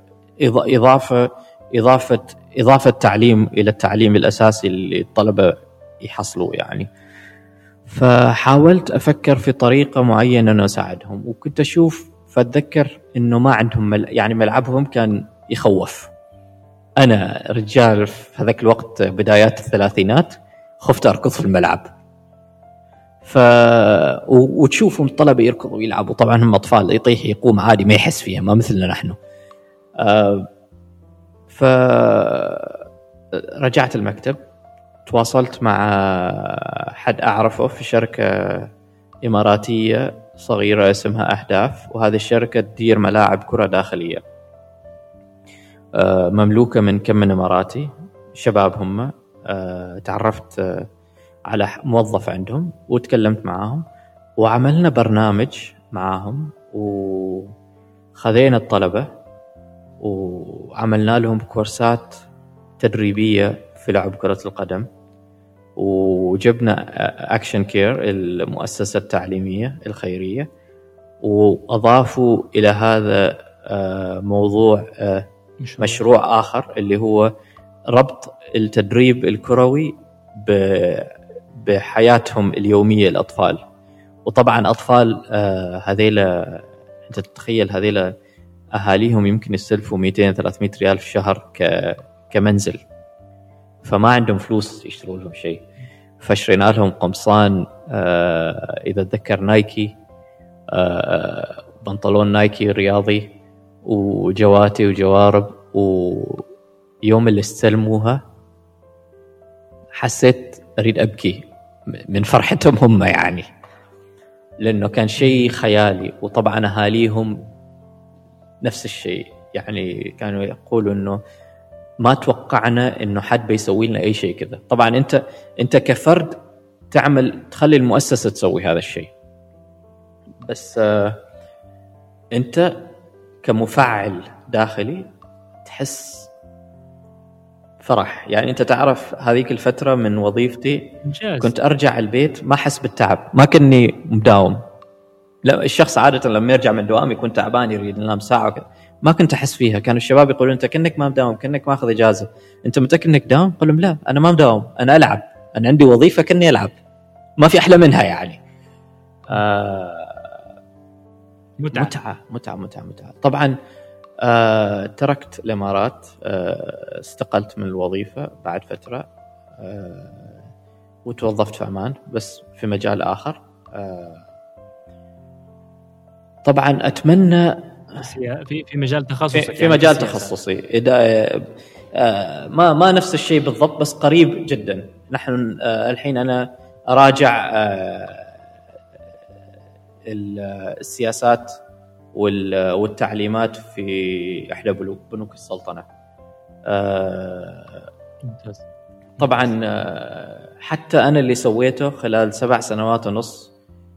إضافة تعليم إلى التعليم الأساسي اللي الطلبة يحصلوا يعني. فحاولت أفكر في طريقة معينة أن أساعدهم، وكنت أشوف فأتذكر إنه ما عندهم يعني ملعبهم كان يخوف. أنا رجال في هذاك الوقت بدايات الثلاثينات، خفت أركض في الملعب. وتشوفهم الطلبة يركضوا ويلعبوا، طبعا هم أطفال، يطيح يقوم عادي ما يحس فيها، ما مثلنا نحن. فرجعت المكتب، تواصلت مع حد أعرفه في شركة إماراتية صغيرة اسمها أهداف، وهذه الشركة تدير ملاعب كرة داخلية مملوكة من كم من إماراتي شباب. هم تعرفت على موظف عندهم وتكلمت معهم، وعملنا برنامج معهم، وخذينا الطلبة وعملنا لهم كورسات تدريبية في لعب كرة القدم، وجبنا أكشن كير المؤسسة التعليمية الخيرية، وأضافوا إلى هذا موضوع مشروع آخر اللي هو ربط التدريب الكروي بحياتهم اليومية الأطفال. وطبعا أطفال هذيلا، أنت تتخيل هذيلا أهاليهم يمكن يستلفوا 200-300 ريال في الشهر كمنزل، فما عندهم فلوس يشتروا لهم شيء. فشرينا لهم قمصان، إذا تذكر نايكي، بنطلون نايكي رياضي، وجواتي وجوارب. ويوم اللي استلموها حسيت أريد أبكي من فرحتهم هم يعني، لأنه كان شيء خيالي. وطبعا أهاليهم نفس الشيء، يعني كانوا يقولوا إنه ما توقعنا إنه حد بيسوي لنا أي شيء كذا. طبعا أنت كفرد تخلي المؤسسة تسوي هذا الشيء، بس أنت كمفعل داخلي تحس فرح. يعني أنت تعرف هذيك الفترة من وظيفتي كنت أرجع البيت ما أحس بالتعب، ما كني مداوم. لا، الشخص عادة لما يرجع من دوام يكون تعبان يريد ينام ساعة وكذا، ما كنت أحس فيها. كانوا الشباب يقولون أنت كأنك ما مداوم، كأنك ما أخذ إجازة، أنت متأكد أنك داوم؟ قل لهم لا، أنا ما مداوم، أنا ألعب، أنا عندي وظيفة كأني ألعب، ما في أحلى منها يعني. متعة. طبعا تركت الإمارات، استقلت من الوظيفة بعد فترة، وتوظفت في عمان بس في مجال آخر. طبعا أتمنى في مجال تخصصي، في مجال تخصصي ما نفس الشيء بالضبط، بس قريب جدا. نحن الحين أنا أراجع السياسات والتعليمات في إحدى بنوك السلطنة. طبعا حتى أنا اللي سويته خلال 7 سنوات ونص،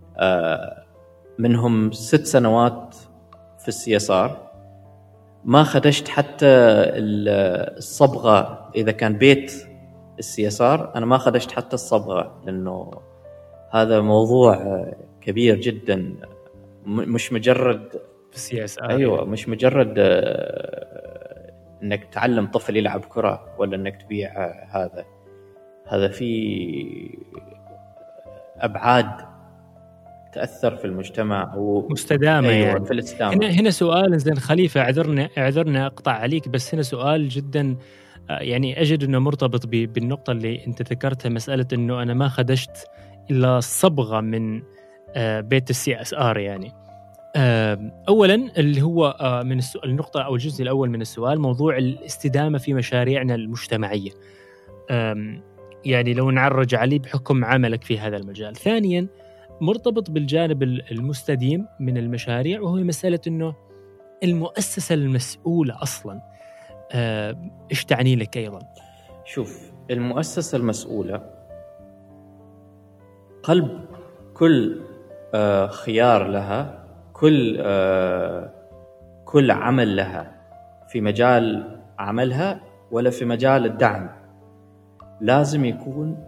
منهم 6 سنوات في CSR، ما خدشت حتى الصبغة. إذا كان بيت CSR أنا ما خدشت حتى الصبغة، لأنه هذا موضوع كبير جدا، مش مجرد CSR. أيوة، مش مجرد إنك تعلم طفل يلعب كرة ولا إنك تبيع. هذا في أبعاد تأثر في المجتمع مستدامة. أيوة يعني في الاستدامة. هنا سؤال زين خليفة، اعذرنا أقطع عليك، بس هنا سؤال جدا يعني أجد أنه مرتبط بالنقطة اللي أنت ذكرتها، مسألة أنه أنا ما خدشت إلا صبغة من بيت CSR. يعني أولا اللي هو من النقطة أو الجزء الأول من السؤال، موضوع الاستدامة في مشاريعنا المجتمعية، يعني لو نعرج عليه بحكم عملك في هذا المجال. ثانيا مرتبط بالجانب المستديم من المشاريع، وهو مسألة أنه المؤسسة المسؤولة أصلا إيش تعني لك أيضا؟ شوف، المؤسسة المسؤولة قلب كل خيار لها، كل عمل لها في مجال عملها ولا في مجال الدعم، لازم يكون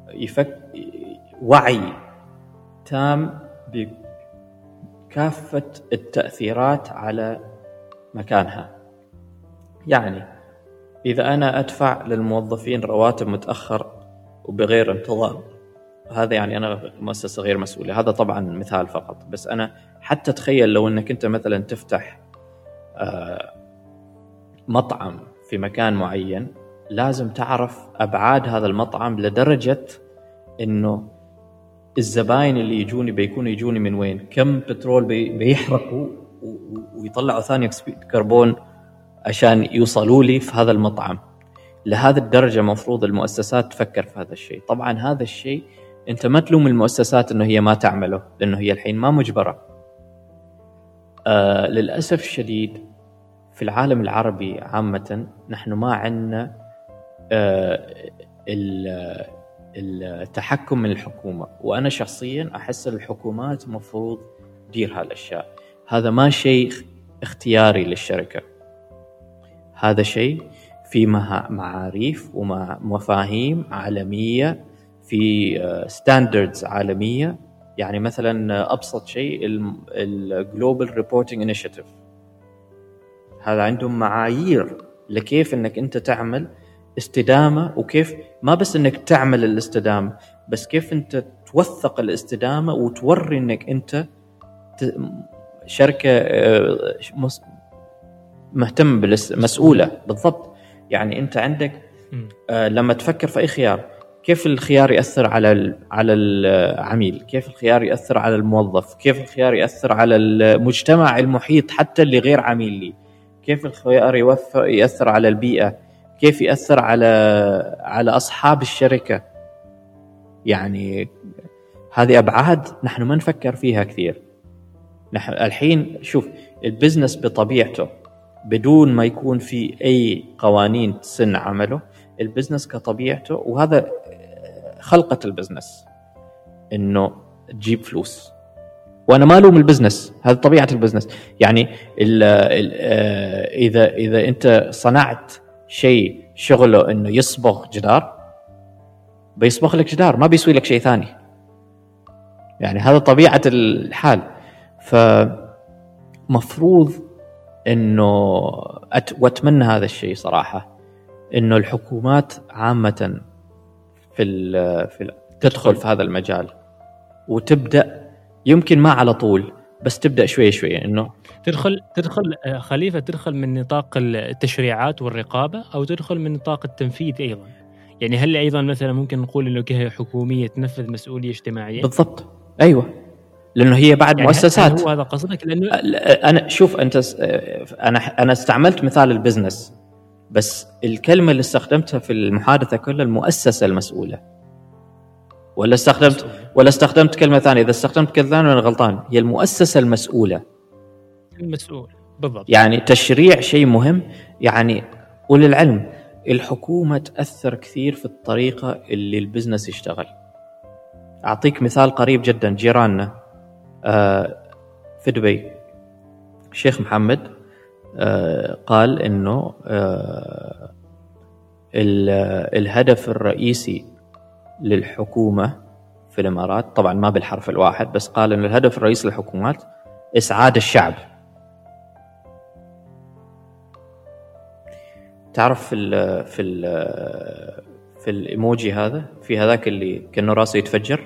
وعي تام بكافة التأثيرات على مكانها. يعني إذا أنا أدفع للموظفين رواتب متأخر وبغير انتظام، هذا يعني أنا مؤسسة غير مسؤولة. هذا طبعا مثال فقط، بس أنا حتى تخيل لو أنك أنت مثلا تفتح مطعم في مكان معين، لازم تعرف أبعاد هذا المطعم لدرجة أنه الزباين اللي يجوني من وين، كم بترول بيحرقوا ويطلعوا ثاني أكسيد كربون عشان يوصلوا لي في هذا المطعم. لهذا الدرجة مفروض المؤسسات تفكر في هذا الشيء. طبعا هذا الشيء أنت ما تلوم المؤسسات أنه هي ما تعمله، لأنه هي الحين ما مجبرة. للأسف الشديد في العالم العربي عامة نحن ما عندنا التحكم من الحكومة، وأنا شخصيا أحس الحكومات مفروض تدير هالأشياء. هذا ما شيء اختياري للشركة، هذا شيء في معاريف ومفاهيم عالمية، في ستاندردز عالمية. يعني مثلا أبسط شيء الجلوبال ريبورتينج إنيشيتيف، هذا عندهم معايير لكيف أنك أنت تعمل استدامة، وكيف ما بس أنك تعمل الاستدامة، بس كيف أنت توثق الاستدامة وتوري أنك أنت شركة مهتم مسؤولة. بالضبط. يعني أنت عندك لما تفكر في أي خيار، كيف الخيار يأثر على العميل، كيف الخيار يأثر على الموظف، كيف الخيار يأثر على المجتمع المحيط حتى اللي غير عميل لي، كيف الخيار يأثر على البيئة، كيف يأثر على أصحاب الشركة. يعني هذه أبعاد نحن ما نفكر فيها كثير. نحن الحين شوف البزنس بطبيعته بدون ما يكون في أي قوانين تسن عمله، البزنس كطبيعته، وهذا خلقة البزنس إنه تجيب فلوس، وأنا ما ألوم البزنس، هذا طبيعة البزنس. يعني إذا أنت صنعت شيء شغله إنه يصبغ جدار، بيصبغ لك جدار، ما بيسوي لك شيء ثاني. يعني هذا طبيعة الحال. فمفروض إنه وأتمنى هذا الشيء صراحة، إنه الحكومات عامة تدخل في هذا المجال وتبدأ، يمكن ما على طول، بس تبدأ شوي شوي، إنه تدخل خليفة، تدخل من نطاق التشريعات والرقابة، أو تدخل من نطاق التنفيذ أيضا. يعني هل أيضا مثلا ممكن نقول إنه جهة حكومية تنفذ مسؤولية اجتماعية؟ بالضبط، أيوة، لأنه هي بعد يعني مؤسسات. هو هذا قصدك؟ لأنه أنا شوف أنا استعملت مثال البزنس، بس الكلمة اللي استخدمتها في المحادثة كلها المؤسسة المسؤولة، ولا استخدمت كلمة ثانية؟ إذا استخدمت كلمة ثانية أنا غلطان. هي المؤسسة المسؤولة. المسؤول بالضبط. يعني تشريع شيء مهم. يعني وللعلم الحكومة تأثر كثير في الطريقة اللي البزنس يشتغل. أعطيك مثال قريب جدا، جيراننا في دبي الشيخ محمد قال إنه الهدف الرئيسي للحكومة في الإمارات، طبعا ما بالحرف الواحد، بس قال إن الهدف الرئيسي للحكومات إسعاد الشعب. تعرف في الإيموجي هذا، في هذاك اللي كأنه راسه يتفجر.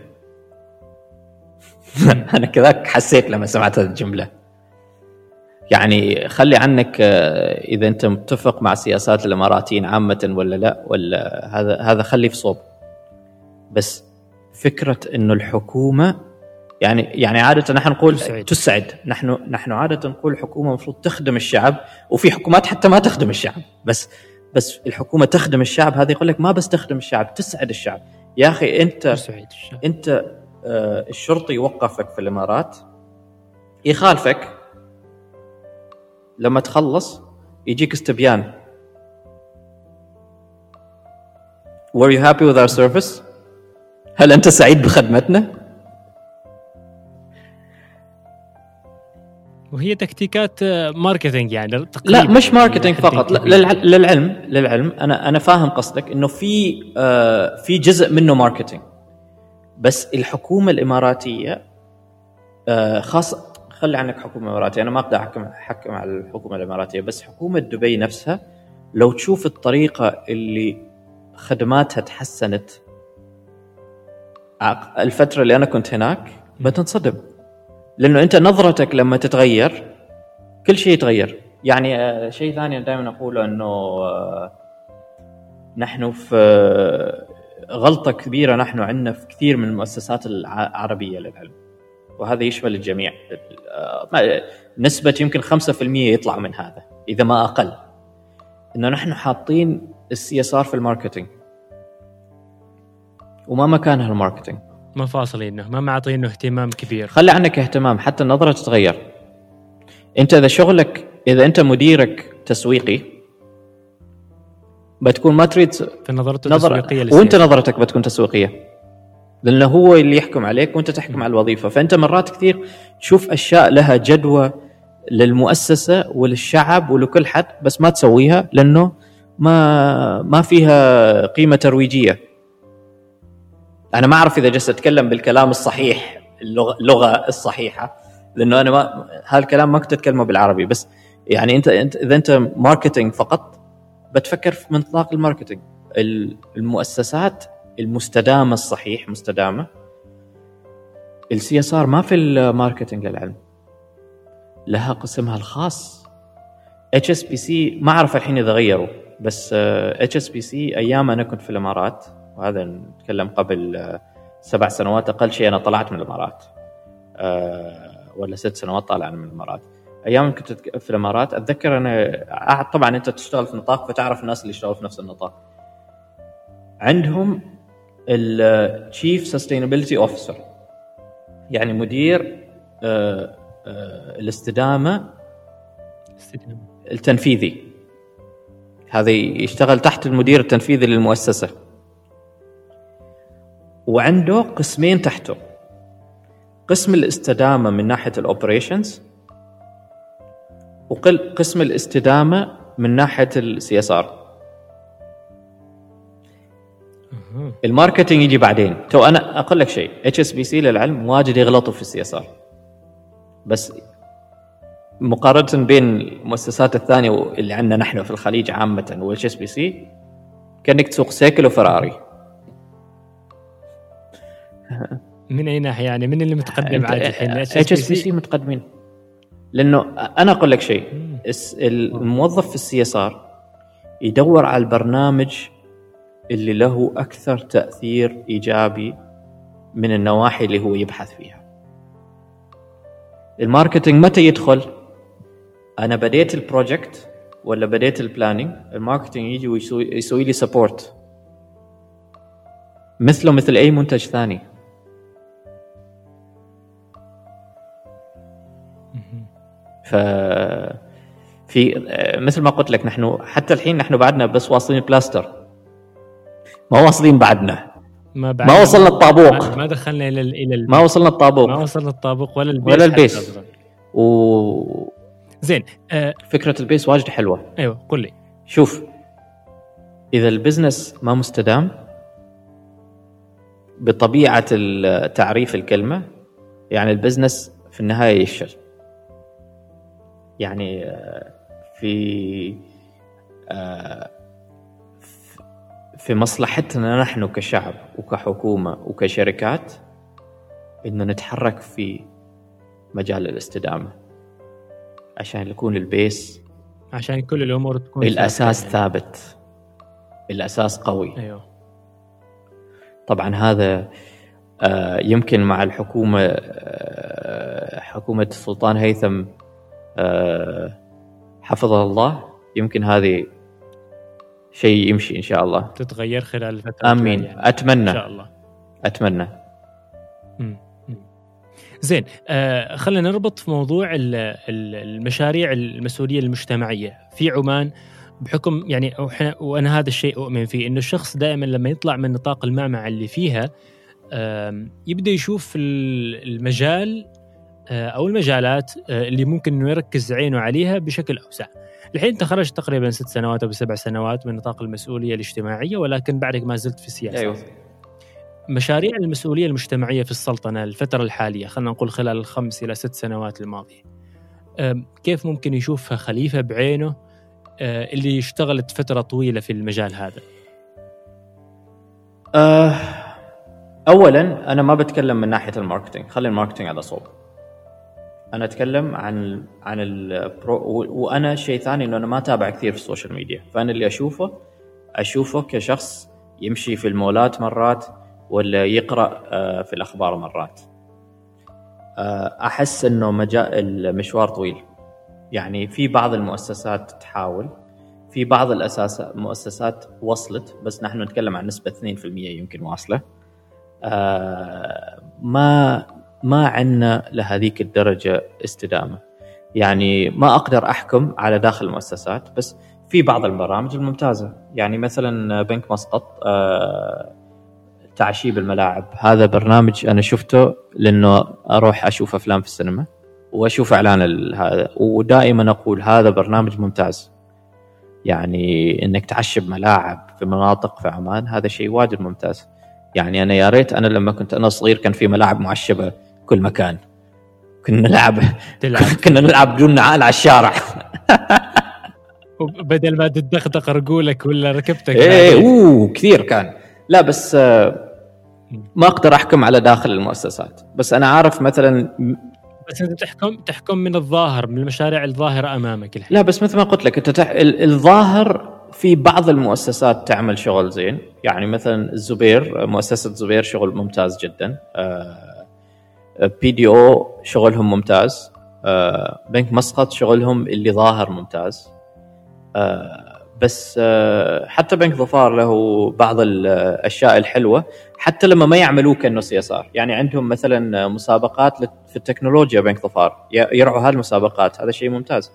أنا كذاك حسيت لما سمعت هذه الجملة. يعني خلي عنك إذا أنت متفق مع سياسات الإماراتيين عامة ولا لا، ولا هذا خلي في صوب. بس فكرة إنه الحكومة يعني عادة نحن نقول تسعد. نحن عادة نقول الحكومة المفروض تخدم الشعب، وفي حكومات حتى ما تخدم الشعب، بس الحكومة تخدم الشعب. هذا يقول لك ما بس تخدم الشعب، تسعد الشعب. يا أخي أنت الشرطي يوقفك في الإمارات، يخالفك، لما تخلص يجيك استبيان. Were you happy with our service؟ هل أنت سعيد بخدمتنا؟ وهي تكتيكات ماركتينج يعني لا مش ماركتينج فقط. للعلم أنا فاهم قصدك إنه في جزء منه ماركتينج، بس الحكومة الإماراتية خاصة، خلي عنك حكومة إماراتية، أنا ما أقدر أحكم على الحكومة الإماراتية، بس حكومة دبي نفسها لو تشوف الطريقة اللي خدماتها تحسنت الفترة اللي أنا كنت هناك بتنصدم. لأنه أنت نظرتك لما تتغير كل شيء يتغير. يعني شيء ثاني دائما أقوله أنه نحن في غلطة كبيرة نحن عندنا في كثير من المؤسسات العربية للعلم، وهذا يشمل الجميع. نسبة يمكن 5% يطلع من هذا إذا ما أقل، إنه نحن حاطين السياسار في الماركتينج وما مكانها الماركتينج، ما فاصلينه، ما معطينه اهتمام كبير. خلي عنك اهتمام حتى النظرة تتغير. أنت إذا شغلك، إذا أنت مديرك تسويقي، بتكون ما تريد في نظرته تسويقية وأنت نظرتك بتكون تسويقية، لأنه هو اللي يحكم عليك وأنت تحكم على الوظيفة. فأنت مرات كثير تشوف أشياء لها جدوى للمؤسسة وللشعب ولكل حد، بس ما تسويها لأنه ما فيها قيمة ترويجية. أنا ما أعرف إذا جلست أتكلم بالكلام الصحيح، اللغة الصحيحة، لأنه أنا ما هالكلام ما كنت أتكلمه بالعربي. بس يعني أنت إذا أنت ماركتينج فقط بتفكر في منطلق الماركتينج. المؤسسات المستدامة الصحيح مستدامة. السياسار ما في الماركتينج للعلم، لها قسمها الخاص. HSBC ما أعرف الحين إذا غيروا، بس HSBC أيام أنا كنت في الإمارات، وهذا نتكلم قبل 7 سنوات أقل شيء، أنا طلعت من الإمارات ولا 6 سنوات طالع من الإمارات. أيام كنت في الإمارات أتذكر أنا طبعا أنت تشتغل في نطاق فتعرف الناس اللي يشتغلوا في نفس النطاق. عندهم Chief Sustainability Officer، يعني مدير الاستدامة التنفيذي. هذا يشتغل تحت المدير التنفيذي للمؤسسة، وعنده قسمين تحته، قسم الاستدامة من ناحية الأوبريشنز، وقسم الاستدامة من ناحية السياسار. الماركتينج يجي بعدين. تو أنا أقول لك شيء، HSBC للعلم واجد يغلطوا في السياسار، بس مقارنة بين المؤسسات الثانية اللي عندنا نحن في الخليج عامة و HSBC كأنك تسوق سيكل وفراري. من أي ناحية يعني؟ من اللي متقدم عادي الحين؟ HSBC متقدمين. لأنه أنا أقول لك شيء، الموظف في السياسار يدور على البرنامج اللي له أكثر تأثير إيجابي من النواحي اللي هو يبحث فيها. الماركتينج متى يدخل؟ أنا بديت البروجكت ولا بديت البلانينج، الماركتينج يجي ويسوي لي سبورت مثل أي منتج ثاني. في مثل ما قلت لك، نحن حتى الحين نحن بعدنا بس واصلين البلاستر، ما واصلين بعدنا، ما وصلنا الطابوق، ما دخلنا الى ما وصلنا الطابوق، ما وصلنا الطابوق ولا البيس. زين. فكرة البيس واجد حلوة. ايوه قل لي. شوف، اذا البزنس ما مستدام بطبيعة تعريف الكلمة، يعني البزنس في النهاية يفشل. يعني في مصلحتنا نحن كشعب وكحكومة وكشركات إنه نتحرك في مجال الاستدامة عشان يكون البيس، عشان كل الأمور تكون الأساس يعني ثابت، الأساس قوي. أيوه. طبعا هذا يمكن مع الحكومة، حكومة السلطان هيثم حفظه الله، يمكن هذه شيء يمشي إن شاء الله، تتغير خلال الفترة. آمين يعني. أتمنى إن شاء الله، أتمنى. زين. خلينا نربط في موضوع المشاريع المسؤولية المجتمعية في عمان، بحكم يعني وأنا هذا الشيء أؤمن فيه، إنه الشخص دائما لما يطلع من نطاق المعمعة اللي فيها يبدأ يشوف المجال أو المجالات اللي ممكن إنه يركز عينه عليها بشكل أوسع. الحين أنت خرجت تقريبا 6 سنوات أو 7 سنوات من نطاق المسؤولية الاجتماعية، ولكن بعدك ما زلت في السياسة. أيوه. مشاريع المسؤولية المجتمعية في السلطنة الفترة الحالية، خلينا نقول خلال 5 إلى 6 سنوات الماضية، كيف ممكن يشوفها خليفة بعينه اللي اشتغلت فترة طويلة في المجال هذا؟ أولا أنا ما بتكلم من ناحية الماركتينج، خلي الماركتينج على صوب. أنا أتكلم عن وأنا شيء ثاني إنه أنا ما أتابع كثير في السوشيال ميديا، فأنا اللي أشوفه كشخص يمشي في المولات مرات ولا يقرأ في الأخبار مرات. أحس إنه المشوار طويل، يعني في بعض المؤسسات تحاول، في بعض المؤسسات وصلت، بس نحن نتكلم عن نسبة 2% يمكن واصلة. ما عنا لهذيك الدرجة استدامة. يعني ما أقدر أحكم على داخل المؤسسات، بس في بعض البرامج الممتازة، يعني مثلا بنك مسقط تعشيب الملاعب، هذا برنامج أنا شفته لأنه أروح أشوف أفلام في السينما وأشوف إعلان هذا، ودائما أقول هذا برنامج ممتاز. يعني إنك تعشب ملاعب في مناطق في عمان هذا شيء واجد ممتاز. يعني أنا يا ريت أنا لما كنت أنا صغير كان في ملاعب معشبة كل مكان، كنا نلعب بدون نعال على الشارع بدل ما تدغدغ رجولك ولا ركبتك. كثير كان. لا بس ما أقدر أحكم على داخل المؤسسات، بس أنا عارف مثلا. بس أنت تحكم من الظاهر، من المشاريع الظاهرة أمامك الحين. لا بس مثل ما قلت لك أنت الظاهر في بعض المؤسسات تعمل شغل زين، يعني مثلا الزبير، مؤسسة زبير شغل ممتاز جدا، PDO شغلهم ممتاز، بنك مسقط شغلهم اللي ظاهر ممتاز، بس حتى بنك ظفار له بعض الأشياء الحلوة حتى لما ما يعملوه كأنه CSR. يعني عندهم مثلا مسابقات في التكنولوجيا، بنك ظفار يرعوا هذه المسابقات، هذا شيء ممتاز.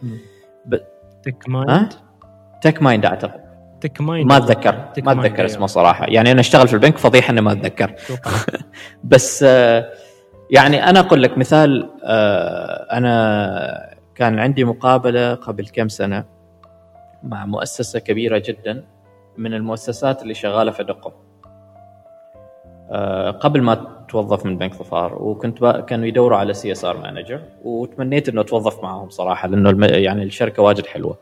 تك مايند أعتقد، ما أتذكر اسمه صراحة، يعني أنا أشتغل في البنك فضيحة أني ما أتذكر بس يعني أنا أقول لك مثال، أنا كان عندي مقابلة قبل كم سنة مع مؤسسة كبيرة جدا من المؤسسات اللي شغالة في دقم، قبل ما توظف من بنك ظفار، كانوا يدوروا على CSR مانجر، وتمنيت أنه أتوظف معهم صراحة لأنه يعني الشركة واجد حلوة.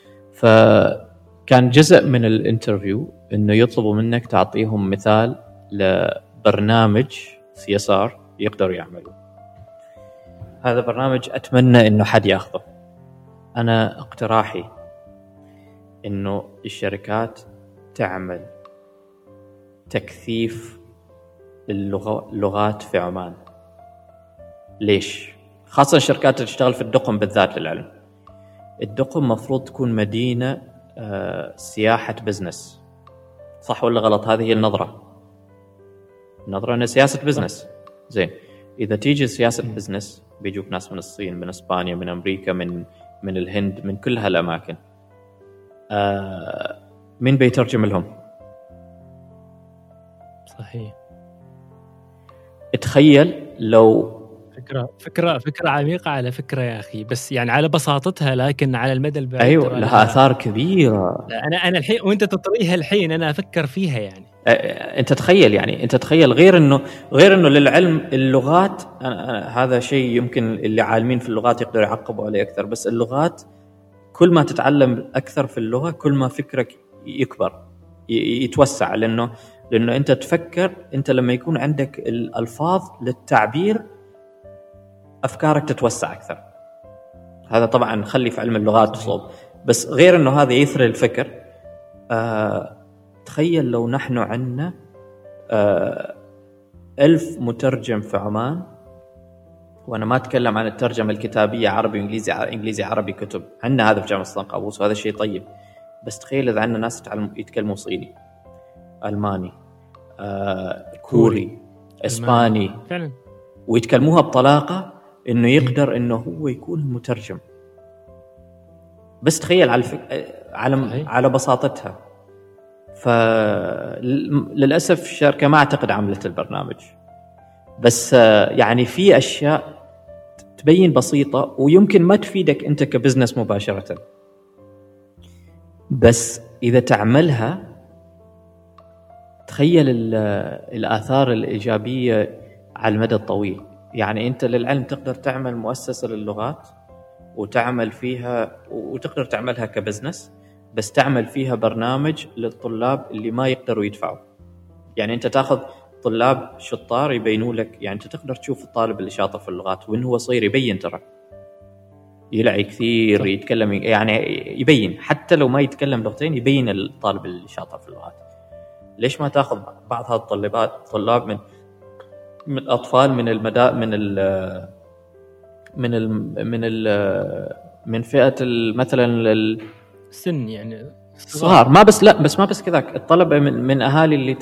فكان جزء من الانترفيو أنه يطلبوا منك تعطيهم مثال لبرنامج CSR يقدروا يعملوا. هذا برنامج أتمنى أنه حد يأخذه. أنا اقتراحي أنه الشركات تعمل تكثيف اللغات في عمان. ليش؟ خاصة الشركات اللي تشتغل في الدقم بالذات. للعلم الدقم مفروض تكون مدينة سياحة بزنس، صح ولا غلط؟ هذه هي النظرة أن سياسة بزنس. زين، إذا تيجي سياسة بزنس بيجوك ناس من الصين، من اسبانيا، من امريكا، من الهند، من كل هالاماكن. مين بيترجم لهم؟ صحيح. تخيل لو فكرة عميقة على فكرة يا أخي، بس يعني على بساطتها، لكن على المدى البعيد أيوة لها آثار كبيرة. أنا الحين وأنت تطريها الحين أنا أفكر فيها يعني. أنت تخيل يعني، أنت تخيل غير إنه للعلم اللغات، هذا شيء يمكن اللي عالمين في اللغات يقدروا يعقبوا عليه أكثر، بس اللغات كل ما تتعلم أكثر في اللغة كل ما فكرك يكبر يتوسع، لأنه أنت تفكر، أنت لما يكون عندك الألفاظ للتعبير أفكارك تتوسع أكثر. هذا طبعا خلي في علم اللغات صوب، بس غير أنه هذا يثري الفكر. تخيل لو نحن عندنا 1000 مترجم في عمان، وأنا ما أتكلم عن الترجمة الكتابية عربي وإنجليزي عربي كتب، عندنا هذا في جامعة السلطان قابوس وهذا شيء طيب، بس تخيل إذا عندنا ناس يتكلموا صيني، ألماني، كوري، إسباني فعلا، ويتكلموها بطلاقة، إنه يقدر إنه هو يكون مترجم. بس تخيل على بساطتها. فللأسف الشركة ما أعتقد عملت البرنامج، بس يعني في أشياء تبين بسيطة ويمكن ما تفيدك أنت كبزنس مباشرة، بس إذا تعملها تخيل الآثار الإيجابية على المدى الطويل. يعني أنت للعلم تقدر تعمل مؤسسة للغات وتعمل فيها، وتقدر تعملها كبزنس، بس تعمل فيها برنامج للطلاب اللي ما يقدروا يدفعوا. يعني أنت تأخذ طلاب شطار يبينوا لك، يعني أنت تقدر تشوف الطالب اللي شاطر في اللغات وإنه هو صغير يبين، ترى يلعب كثير، يتكلم، يعني يبين حتى لو ما يتكلم لغتين يبين الطالب اللي شاطر في اللغات. ليش ما تأخذ بعض هذه طلاب من الأطفال من فئة مثلا السن، يعني صغار، ما بس كذاك الطلبة من أهالي اللي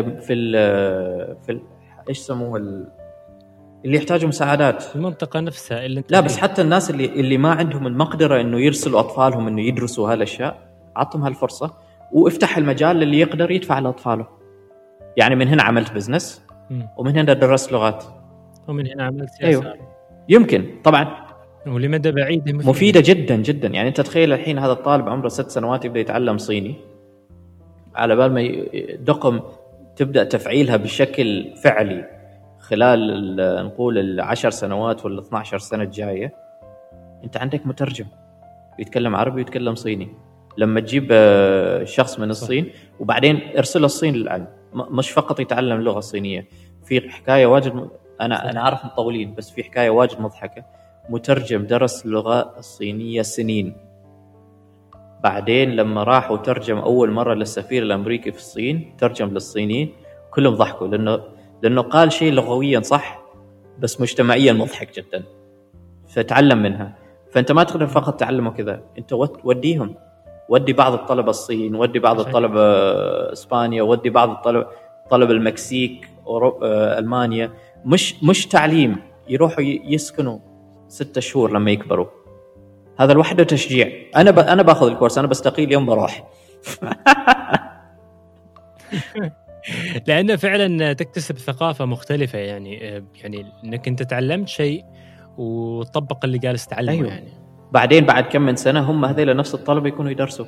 في إيش سموه اللي يحتاجوا مساعدات في المنطقة نفسها اللي لا، بس حتى الناس اللي ما عندهم المقدرة إنه يرسلوا أطفالهم إنه يدرسوا هالأشياء، عطهم هالفرصة وافتح المجال اللي يقدر يدفع لأطفاله. يعني من هنا عملت بزنس، ومن هنا درست لغات، ومن هنا عملت سياسة. أيوه. يمكن طبعا ولمدى بعيد مفيدة جدا جدا. يعني أنت تخيل الحين هذا الطالب عمره 6 سنوات يبدأ يتعلم صيني، على بال ما دقم تبدأ تفعيلها بشكل فعلي خلال نقول 10 سنوات ولا 12 سنة الجاية، أنت عندك مترجم يتكلم عربي ويتكلم صيني. لما تجيب شخص من الصين وبعدين ارسله الصين للعلم، مش فقط يتعلم اللغة الصينية. في حكاية واجد أنا أعرف مطولين، بس في حكاية واجد مضحكة. مترجم درس اللغة الصينية سنين، بعدين لما راح وترجم أول مرة للسفير الأمريكي في الصين، ترجم للصينيين كلهم ضحكوا، لأنه قال شيء لغويا صح بس مجتمعيا مضحك جدا، فتعلم منها. فأنت ما تقدر فقط تعلمه كذا، أنت ودي بعض الطلبة الصين، ودي بعض الطلبة إسبانيا، ودي بعض الطلبة المكسيك، ألمانيا. مش تعليم، يروحوا يسكنوا 6 شهور لما يكبروا. هذا لوحده تشجيع. أنا باخذ الكورس، أنا بستقيل يوم بروح. لأنه فعلا تكتسب ثقافة مختلفة، يعني إنك أنت تعلمت شيء وطبق اللي جالس تعلمه. أيوه. يعني بعدين بعد كم من سنة هم هذيل نفس الطلبة يكونوا يدرسوا.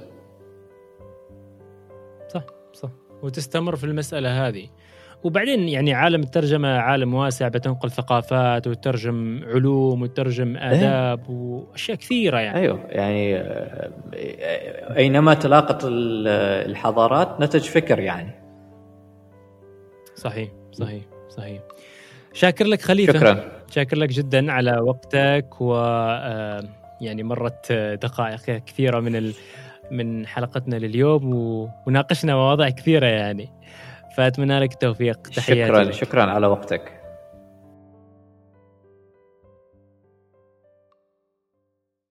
صح، وتستمر في المسألة هذه. وبعدين يعني عالم الترجمة عالم واسع، بتنقل ثقافات وترجم علوم وترجم آداب وأشياء كثيرة يعني. أيوه، يعني أينما تلاقت الحضارات نتج فكر يعني. صحيح. شاكر لك خليفة، شاكر لك جدا على وقتك، يعني مرت دقائق كثيرة من حلقتنا لليوم، وناقشنا مواضيع كثيرة يعني، فأتمنى لك التوفيق. تحياتي. شكرا على وقتك.